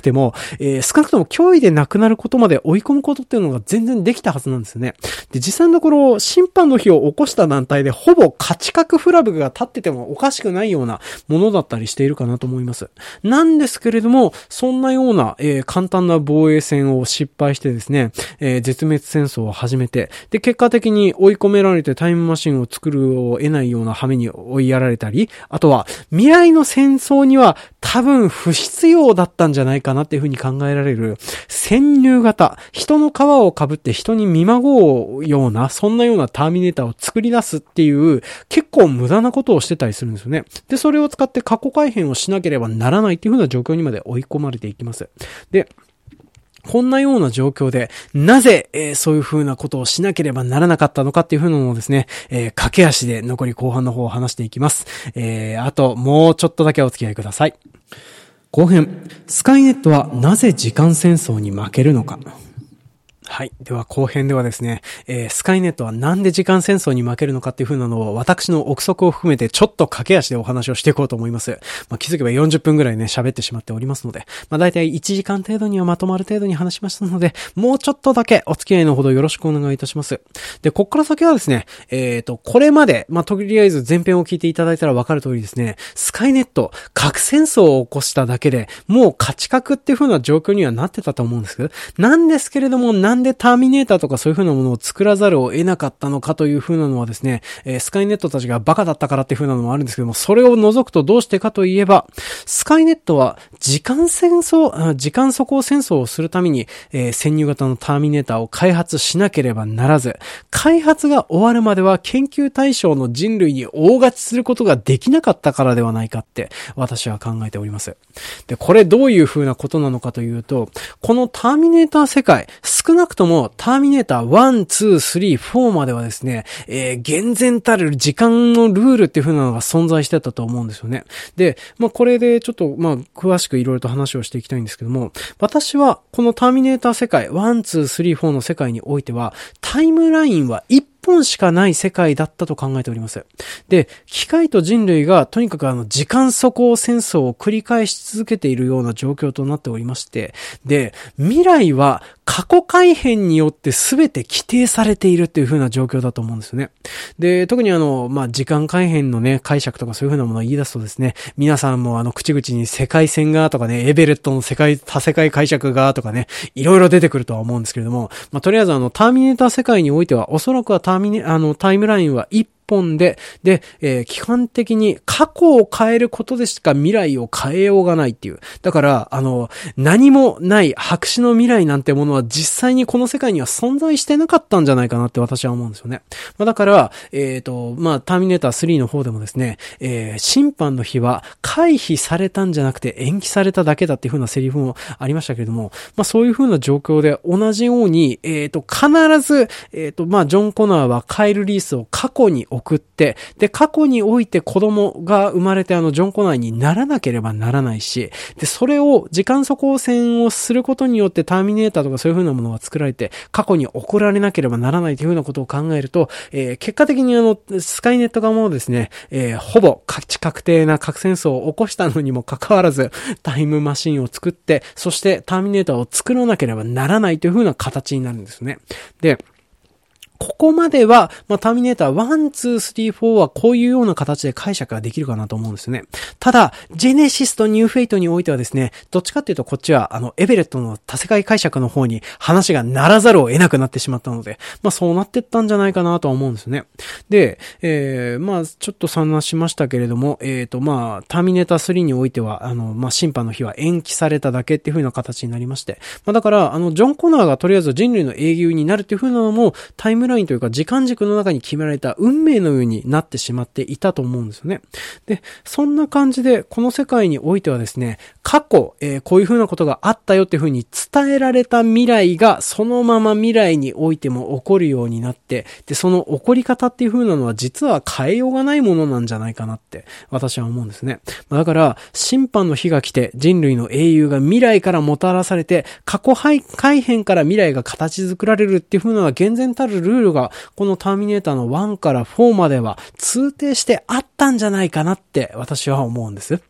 えー、少なくとも脅威で亡くなることまで追い込むことっていうのが全然できたはずなんですよね。で、実際のところ、審判の日を起こした団体でほぼ価値格フラグが立っててもおかしくないようなものだったりしているかなと思います。なんですけれども、そんなような、えー、簡単な防衛戦を失敗してですね、えー、絶滅戦争を始めて、で、結果的に追い込められてタイムマシンを作るを得ないような羽目に追いやられたり、あとは未来の戦争には多分不必要だったんじゃないかなっていうふうに考えられる潜入型、人の皮を被って人に見まごうような、そんなようなターミネーターを作り出すっていう結構無駄なことをしてたりするんですよね。で、それを使って過去改変をしなければならないっていうふうな状況にまで追い込まれていきます。で、こんなような状況で、なぜ、えー、そういう風なことをしなければならなかったのかっていう風なのをですね、えー、駆け足で残り後半の方を話していきます。えー、あと、もうちょっとだけお付き合いください。後編、スカイネットはなぜ時間戦争に負けるのか。はい。では後編ではですね、えー、スカイネットはなんで時間戦争に負けるのかっていう風なのを私の憶測を含めてちょっと駆け足でお話をしていこうと思います。まあ、気づけばよんじゅっぷんぐらいね、喋ってしまっておりますので、まあ、だいたいいちじかん程度にはまとまる程度に話しましたので、もうちょっとだけお付き合いのほどよろしくお願いいたします。で、こっから先はですね、えっと、これまで、まあ、とりあえず前編を聞いていただいたらわかる通りですね、スカイネット、核戦争を起こしただけで、もう価値格っていう風な状況にはなってたと思うんですけど、なんですけれども、なんでターミネーターとかそういう風なものを作らざるを得なかったのかという風なのはですね、えー、スカイネットたちがバカだったからっていう風なのもあるんですけども、それを除くとどうしてかといえば、スカイネットは時間戦争、時間速攻戦争をするために、えー、潜入型のターミネーターを開発しなければならず、開発が終わるまでは研究対象の人類に大勝ちすることができなかったからではないかって私は考えております。で、これどういう風なことなのかというと、このターミネーター世界、少なくともターミネーターワン、ツー、スリー、フォーまではですね、えー、厳然たる時間のルールっていう風なのが存在してたと思うんですよね。で、まあこれでちょっとまあ詳しくいろいろと話をしていきたいんですけども、私はこのターミネーター世界、ワン、ツー、スリー、フォーの世界においては、タイムラインは一本しかない世界だったと考えております。で、機械と人類がとにかくあの時間速攻戦争を繰り返し続けているような状況となっておりまして、で、未来は過去改変によって全て規定されているっていう風な状況だと思うんですよね。で、特にあの、まあ、時間改変のね、解釈とかそういう風なものを言い出すとですね、皆さんもあの、口々に世界線がとかね、エベレットの世界、多世界解釈がとかね、いろいろ出てくるとは思うんですけれども、まあ、とりあえずあの、ターミネーター世界においては、おそらくはターミネ、あの、タイムラインは一本で、で、えー、基本的に過去を変えることでしか未来を変えようがないっていう。だから、あの、何もない白紙の未来なんてものは実際にこの世界には存在してなかったんじゃないかなって私は思うんですよね。まあ、だから、えっと、まあ、ターミネータースリーの方でもですね、えー、審判の日は回避されたんじゃなくて延期されただけだっていう風なセリフもありましたけれども、まあ、そういう風な状況で同じように、えっと、必ず、えっと、まあ、ジョン・コナーはカイル・リースを過去に送って、で、過去において子供が生まれてあの、ジョン・コナーにならなければならないし、で、それを時間速攻戦をすることによってターミネーターとかそういう風なものが作られて、過去に送られなければならないという風なことを考えると、えー、結果的にあの、スカイネット側もですね、えー、ほぼ価値確定な核戦争を起こしたのにもかかわらず、タイムマシンを作って、そしてターミネーターを作らなければならないという風な形になるんですね。で、ここまでは、まあ、ターミネーターワン、ツー、スリー、フォーはこういうような形で解釈ができるかなと思うんですよね。ただ、ジェネシスとニューフェイトにおいてはですね、どっちかっていうとこっちは、あの、エベレットの多世界解釈の方に話がならざるを得なくなってしまったので、まあ、そうなってったんじゃないかなとは思うんですよね。で、えー、まあ、ちょっと散々しましたけれども、えーと、まあ、ターミネータースリーにおいては、あの、まあ、審判の日は延期されただけっていう風な形になりまして、まあ、だから、あの、ジョン・コナーがとりあえず人類の英雄になるっていう風なのも、タイムラインというか時間軸の中に決められた運命のようになってしまっていたと思うんですよね。で、そんな感じでこの世界においてはですね、過去、えー、こういう風なことがあったよっていう風に伝えられた未来がそのまま未来においても起こるようになって、で、その起こり方っていう風なのは実は変えようがないものなんじゃないかなって私は思うんですね。だから審判の日が来て人類の英雄が未来からもたらされて過去改変から未来が形作られるっていう風な厳然たるルールがこのターミネーターのワンからフォーまでは通底してあったんじゃないかなって私は思うんです。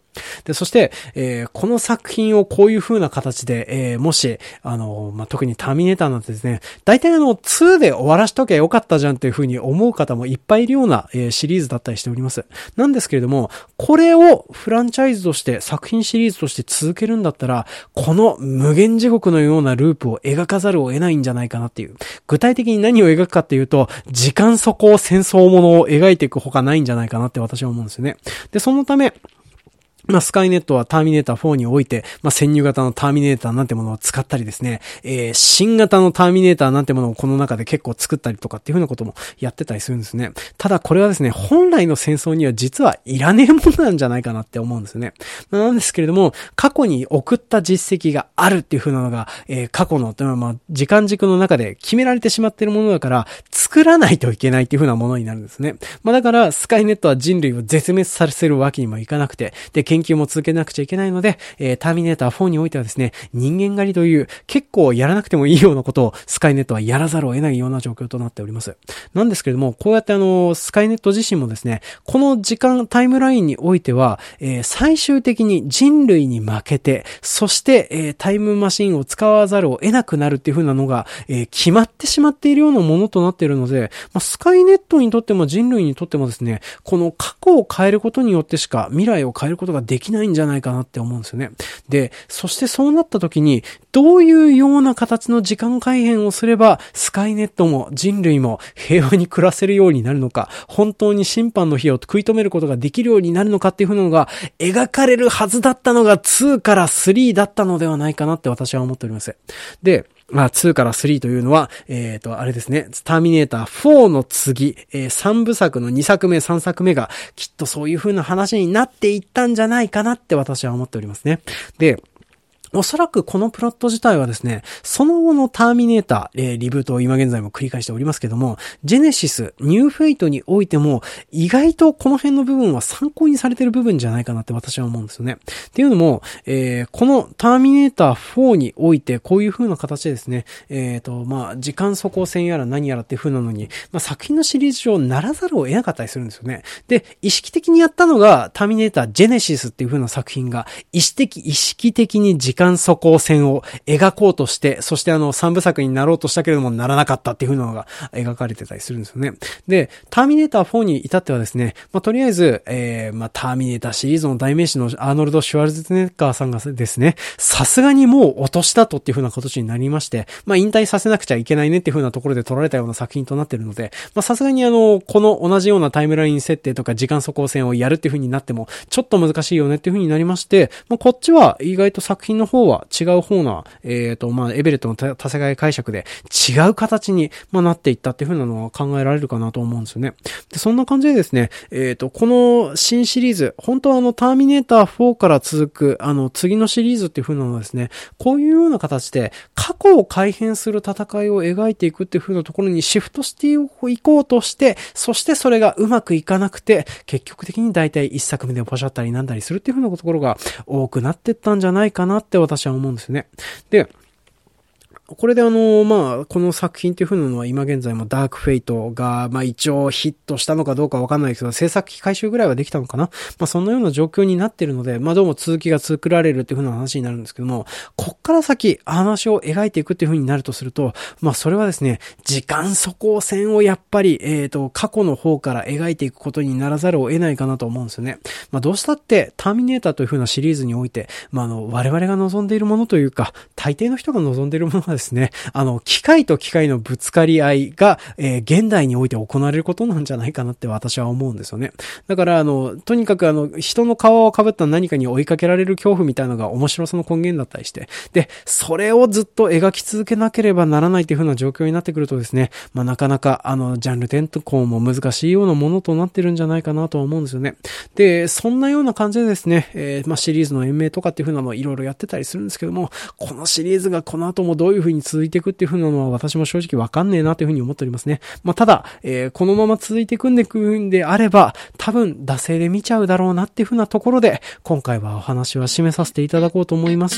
で、そして、えー、この作品をこういう風な形で、えー、もし、あの、まあ、特にターミネーターなんてですね、大体あの、ツーで終わらしときゃよかったじゃんっていう風に思う方もいっぱいいるような、えー、シリーズだったりしております。なんですけれども、これをフランチャイズとして、作品シリーズとして続けるんだったら、この無限地獄のようなループを描かざるを得ないんじゃないかなっていう。具体的に何を描くかっていうと、時間底戦争ものを描いていくほかないんじゃないかなって私は思うんですよね。で、そのため、まあ、スカイネットはターミネーターフォーにおいて、まあ、潜入型のターミネーターなんてものを使ったりですね、えー、新型のターミネーターなんてものをこの中で結構作ったりとかっていうふうなこともやってたりするんですね。ただこれはですね、本来の戦争には実はいらねえものなんじゃないかなって思うんですね。なんですけれども、過去に送った実績があるっていうふうなのが、えー、過去の、まあ、時間軸の中で決められてしまっているものだから、作らないといけないっていうふうなものになるんですね。まあ、だから、スカイネットは人類を絶滅させるわけにもいかなくて、で、研究も続けなくちゃいけないので、えー、ターミネーターフォーにおいてはですね、人間狩りという結構やらなくてもいいようなことをスカイネットはやらざるを得ないような状況となっております。なんですけれども、こうやってあの、スカイネット自身もですね、この時間、タイムラインにおいては、えー、最終的に人類に負けて、そして、えー、タイムマシンを使わざるを得なくなるっていう風なのが、えー、決まってしまっているようなものとなっているので、まあ、スカイネットにとっても人類にとってもですね、この過去を変えることによってしか未来を変えることができないんじゃないかなって思うんですよね。で、そしてそうなった時に、どういうような形の時間改変をすれば、スカイネットも人類も平和に暮らせるようになるのか、本当に審判の日を食い止めることができるようになるのかっていうのが描かれるはずだったのがツーからスリーだったのではないかなって私は思っております。で、まあ、ツーからスリーというのは、えっと、あれですね、ターミネーターフォーの次、えー、さんぶさくのにさくめ、さんさくめが、きっとそういう風な話になっていったんじゃないかなって私は思っておりますね。で、おそらくこのプロット自体はですね、その後のターミネーター、えー、リブートを今現在も繰り返しておりますけども、ジェネシス、ニューフェイトにおいても、意外とこの辺の部分は参考にされている部分じゃないかなって私は思うんですよね。っていうのも、えー、このターミネーターフォーにおいて、こういう風な形でですね、えっと、まあ、時間走行線やら何やらっていう風なのに、まあ、作品のシリーズ上ならざるを得なかったりするんですよね。で、意識的にやったのが、ターミネータージェネシスっていう風な作品が、意識的、意識的に時間時間走行線を描こうとして、そしてあの三部作になろうとしたけれどもならなかったっていう風なのが描かれてたりするんですよね。で、ターミネーターフォーに至ってはですね、まあ、とりあえず、えー、まあ、ターミネーターシリーズの代名詞のアーノルド・シュワルツェネッガーさんがですね、さすがにもう落としたとっていう風な形になりまして、まあ、引退させなくちゃいけないねっていう風なところで撮られたような作品となっているので、まあ、さすがにあの、この同じようなタイムライン設定とか時間走行線をやるっていう風になっても、ちょっと難しいよねっていう風になりまして、まあ、こっちは意外と作品の方は違う方な、えっと、まあ、エベレットの多世界解釈で違う形に、まあ、なっていったっていう風なのは考えられるかなと思うんですよね。で、そんな感じでですね、えっと、この新シリーズ、本当はあの、ターミネーターフォーから続く、あの、次のシリーズっていう風なのはですね、こういうような形で、過去を改変する戦いを描いていくっていう風なところにシフトしていこうとして、そしてそれがうまくいかなくて、結局的に大体一作目でポシャったりなんだりするっていう風なところが多くなってったんじゃないかなって私は思うんですよね。で、これであの、まあ、この作品っていう風なのは今現在もダークフェイトが、まあ一応ヒットしたのかどうかわかんないけど、制作費回収ぐらいはできたのかな。まあそんなような状況になっているので、まあどうも続きが作られるっていう風な話になるんですけども、こっから先話を描いていくっていう風になるとすると、まあそれはですね、時間走行線をやっぱり、えっと、過去の方から描いていくことにならざるを得ないかなと思うんですよね。まあどうしたってターミネーターという風なシリーズにおいて、まああの、我々が望んでいるものというか、大抵の人が望んでいるものはですね、あの、機械と機械のぶつかり合いが、えー、現代において行われることなんじゃないかなって私は思うんですよね。だから、あの、とにかくあの、人の皮を被った何かに追いかけられる恐怖みたいなのが面白さの根源だったりして、で、それをずっと描き続けなければならないという風な状況になってくるとですね、まあ、なかなか、あの、ジャンル転向も難しいようなものとなってるんじゃないかなとは思うんですよね。で、そんなような感じでですね、えー、まあ、シリーズの延命とかっていう風なのをいろいろやってたりするんですけども、このシリーズがこの後もどういう風に続いていくっていう風なのは私も正直わかんねえなという風に思っておりますね。まあ、ただ、えー、このまま続いていくんでくんであれば、多分、惰性で見ちゃうだろうなっていう風なところで、今回はお話は締めさせていただこうと思います。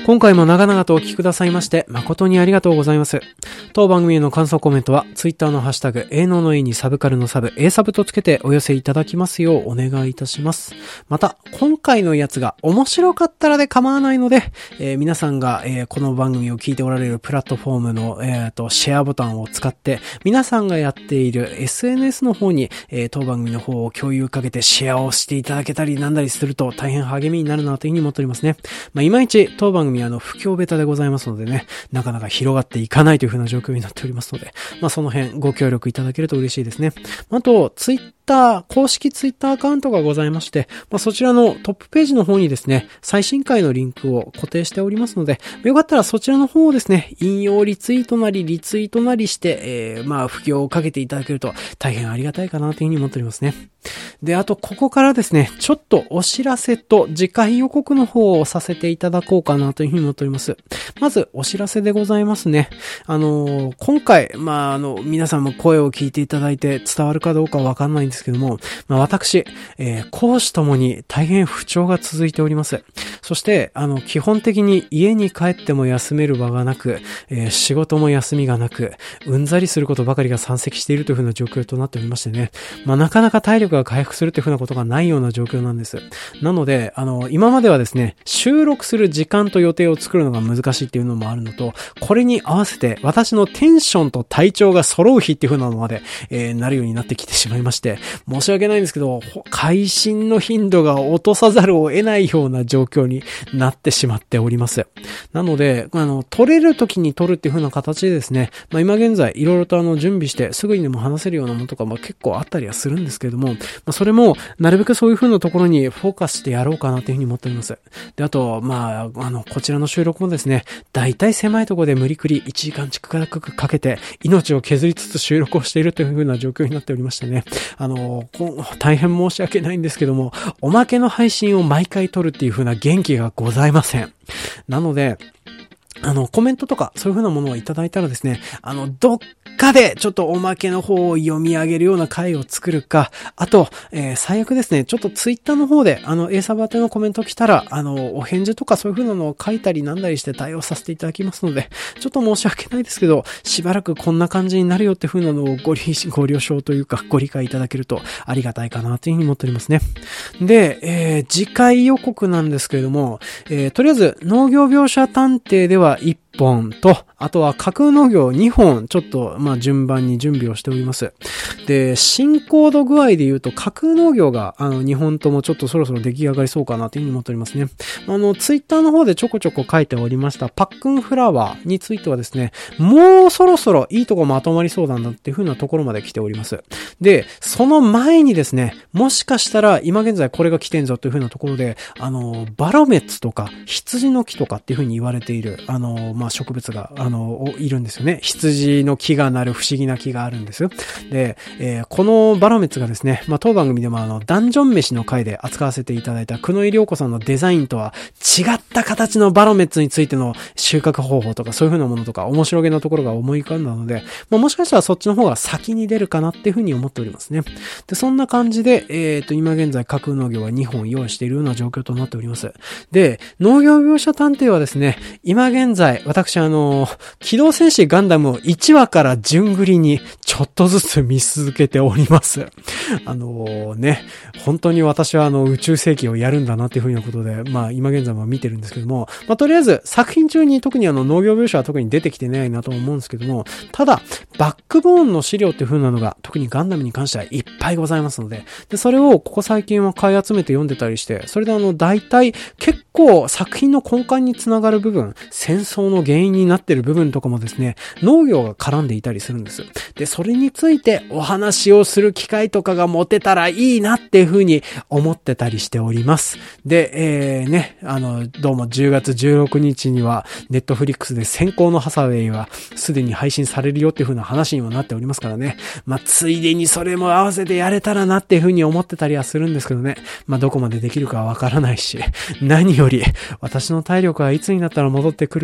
今回も長々とお聞きくださいまして誠にありがとうございます。当番組への感想コメントはツイッターのハッシュタグ営農の A にサブカルのサブ A サブとつけてお寄せいただきますようお願いいたします。また今回のやつが面白かったらで構わないので、えー、皆さんが、えー、この番組を聞いておられるプラットフォームの、えー、とシェアボタンを使って皆さんがやっている エスエヌエス の方に、えー、当番組の方を共有かけてシェアをしていただけたりなんだりすると大変励みになるなというふうに思っておりますね。まあ、いまいち当番組あの不況ベタでございますのでね、なかなか広がっていかないというふうな状況になっておりますので、まあその辺ご協力いただけると嬉しいですね。あとツイッター公式ツイッターアカウントがございまして、まあ、そちらのトップページの方にですね、最新回のリンクを固定しておりますので、よかったらそちらの方をですね、引用リツイートなりリツイートなりして、えー、まあ、布教をかけていただけると大変ありがたいかなというふうに思っておりますね。で、あと、ここからですね、ちょっとお知らせと次回予告の方をさせていただこうかなというふうに思っております。まず、お知らせでございますね。あのー、今回、まあ、あの、皆さんも声を聞いていただいて伝わるかどうかわかんないんですけども、まあ、私、えー、講師ともに大変不調が続いております。そして、あの、基本的に家に帰っても休める場がなく、えー、仕事も休みがなく、うんざりすることばかりが山積しているというふうな状況となっておりましてね。まあ、なかなか体力が回復するというふうなことがないような状況なんです。なので、あの、今まではですね、収録する時間と予定を作るのが難しいっていうのもあるのと、これに合わせて私のテンションと体調が揃う日っていうふうなのまで、えー、なるようになってきてしまいまして、申し訳ないんですけど、配信の頻度が落とさざるを得ないような状況になってしまっております。なので、あの、撮れる時に撮るっていう風な形でですね、まあ今現在いろいろとあの準備してすぐにでも話せるようなものとかも結構あったりはするんですけれども、まあそれもなるべくそういう風なところにフォーカスしてやろうかなという風に思っております。で、あと、まあ、あの、こちらの収録もですね、だいたい狭いところで無理くりいちじかん近くかけて命を削りつつ収録をしているという風な状況になっておりましてね、あの、大変申し訳ないんですけども、おまけの配信を毎回撮るっていう風な元気がございません。なので、あの、コメントとか、そういう風なものをいただいたらですね、あの、どっかで、ちょっとおまけの方を読み上げるような回を作るか、あと、えー、最悪ですね、ちょっとツイッターの方で、あの、A サバ宛てのコメント来たら、あの、お返事とかそういう風なのを書いたりなんだりして対応させていただきますので、ちょっと申し訳ないですけど、しばらくこんな感じになるよって風なのをご理、ご了承というか、ご理解いただけるとありがたいかなという風に思っておりますね。で、えー、次回予告なんですけれども、えー、とりあえず、農業描写探偵ではいっぽんと、あとは架空農業にほんちょっとまあ順番に準備をしております。で、進行度具合で言うと架空農業があのにほんともちょっとそろそろ出来上がりそうかなというふうに思っておりますね。あのツイッターの方でちょこちょこ書いておりましたパックンフラワーについてはですね、もうそろそろいいとこまとまりそうだなっていうふうなところまで来ております。で、その前にですね、もしかしたら今現在これが来てんぞというふうなところで、あのバロメッツとか羊の木とかっていうふうに言われているあのまあ植物があのいるんですよね。羊の木がなる不思議な木があるんです。で、えー、このバロメッツがですね、まあ当番組でもあのダンジョン飯の回で扱わせていただいた久野井涼子さんのデザインとは違った形のバロメッツについての収穫方法とかそういう風なものとか面白げなところが思い浮かんだので、まあもしかしたらそっちの方が先に出るかなっていう風に思っておりますね。で、そんな感じで、えっと今現在架空農業はにほん用意しているような状況となっております。で、農業描写探偵はですね、今現在私あの機動戦士ガンダムをいちわから順繰りにちょっとずつ見続けております。あのね、本当に私はあの宇宙世紀をやるんだなっていうふうなことで、まあ今現在も見てるんですけども、まあとりあえず作品中に特にあの農業描写は特に出てきてないなと思うんですけども、ただバックボーンの資料っていう風なのが特にガンダムに関してはいっぱいございますので、でそれをここ最近は買い集めて読んでたりして、それであの大体結構作品の根幹につながる部分、戦争の原因になっている部分とかもですね、農業が絡んでいたりするんです。で、それについてお話をする機会とかが持てたらいいなっていう風に思ってたりしております。で、えー、ね、あの、どうもじゅうがつじゅうろくにちにはネットフリックスで先行のハサウェイはすでに配信されるよっていう風な話にもなっておりますからね。まあ、ついでにそれも合わせてやれたらなっていう風に思ってたりはするんですけどね。まあ、どこまでできるかはわからないし、何より私の体力はいつになったら戻ってくるのかなって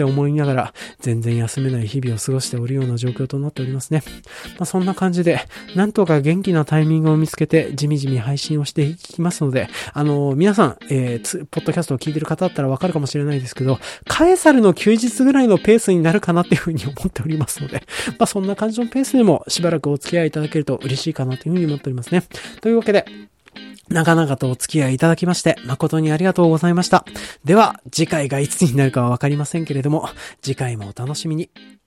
って思いながら、全然休めない日々を過ごしておるような状況となっておりますね。まあ、そんな感じで、なんとか元気なタイミングを見つけて、じみじみ配信をしていきますので、あの、皆さん、えー、ポッドキャストを聞いてる方だったらわかるかもしれないですけど、カエサルの休日ぐらいのペースになるかなっていうふうに思っておりますので、まあ、そんな感じのペースでもしばらくお付き合いいただけると嬉しいかなというふうに思っておりますね。というわけで、長々とお付き合いいただきまして誠にありがとうございました。では次回がいつになるかはわかりませんけれども、次回もお楽しみに。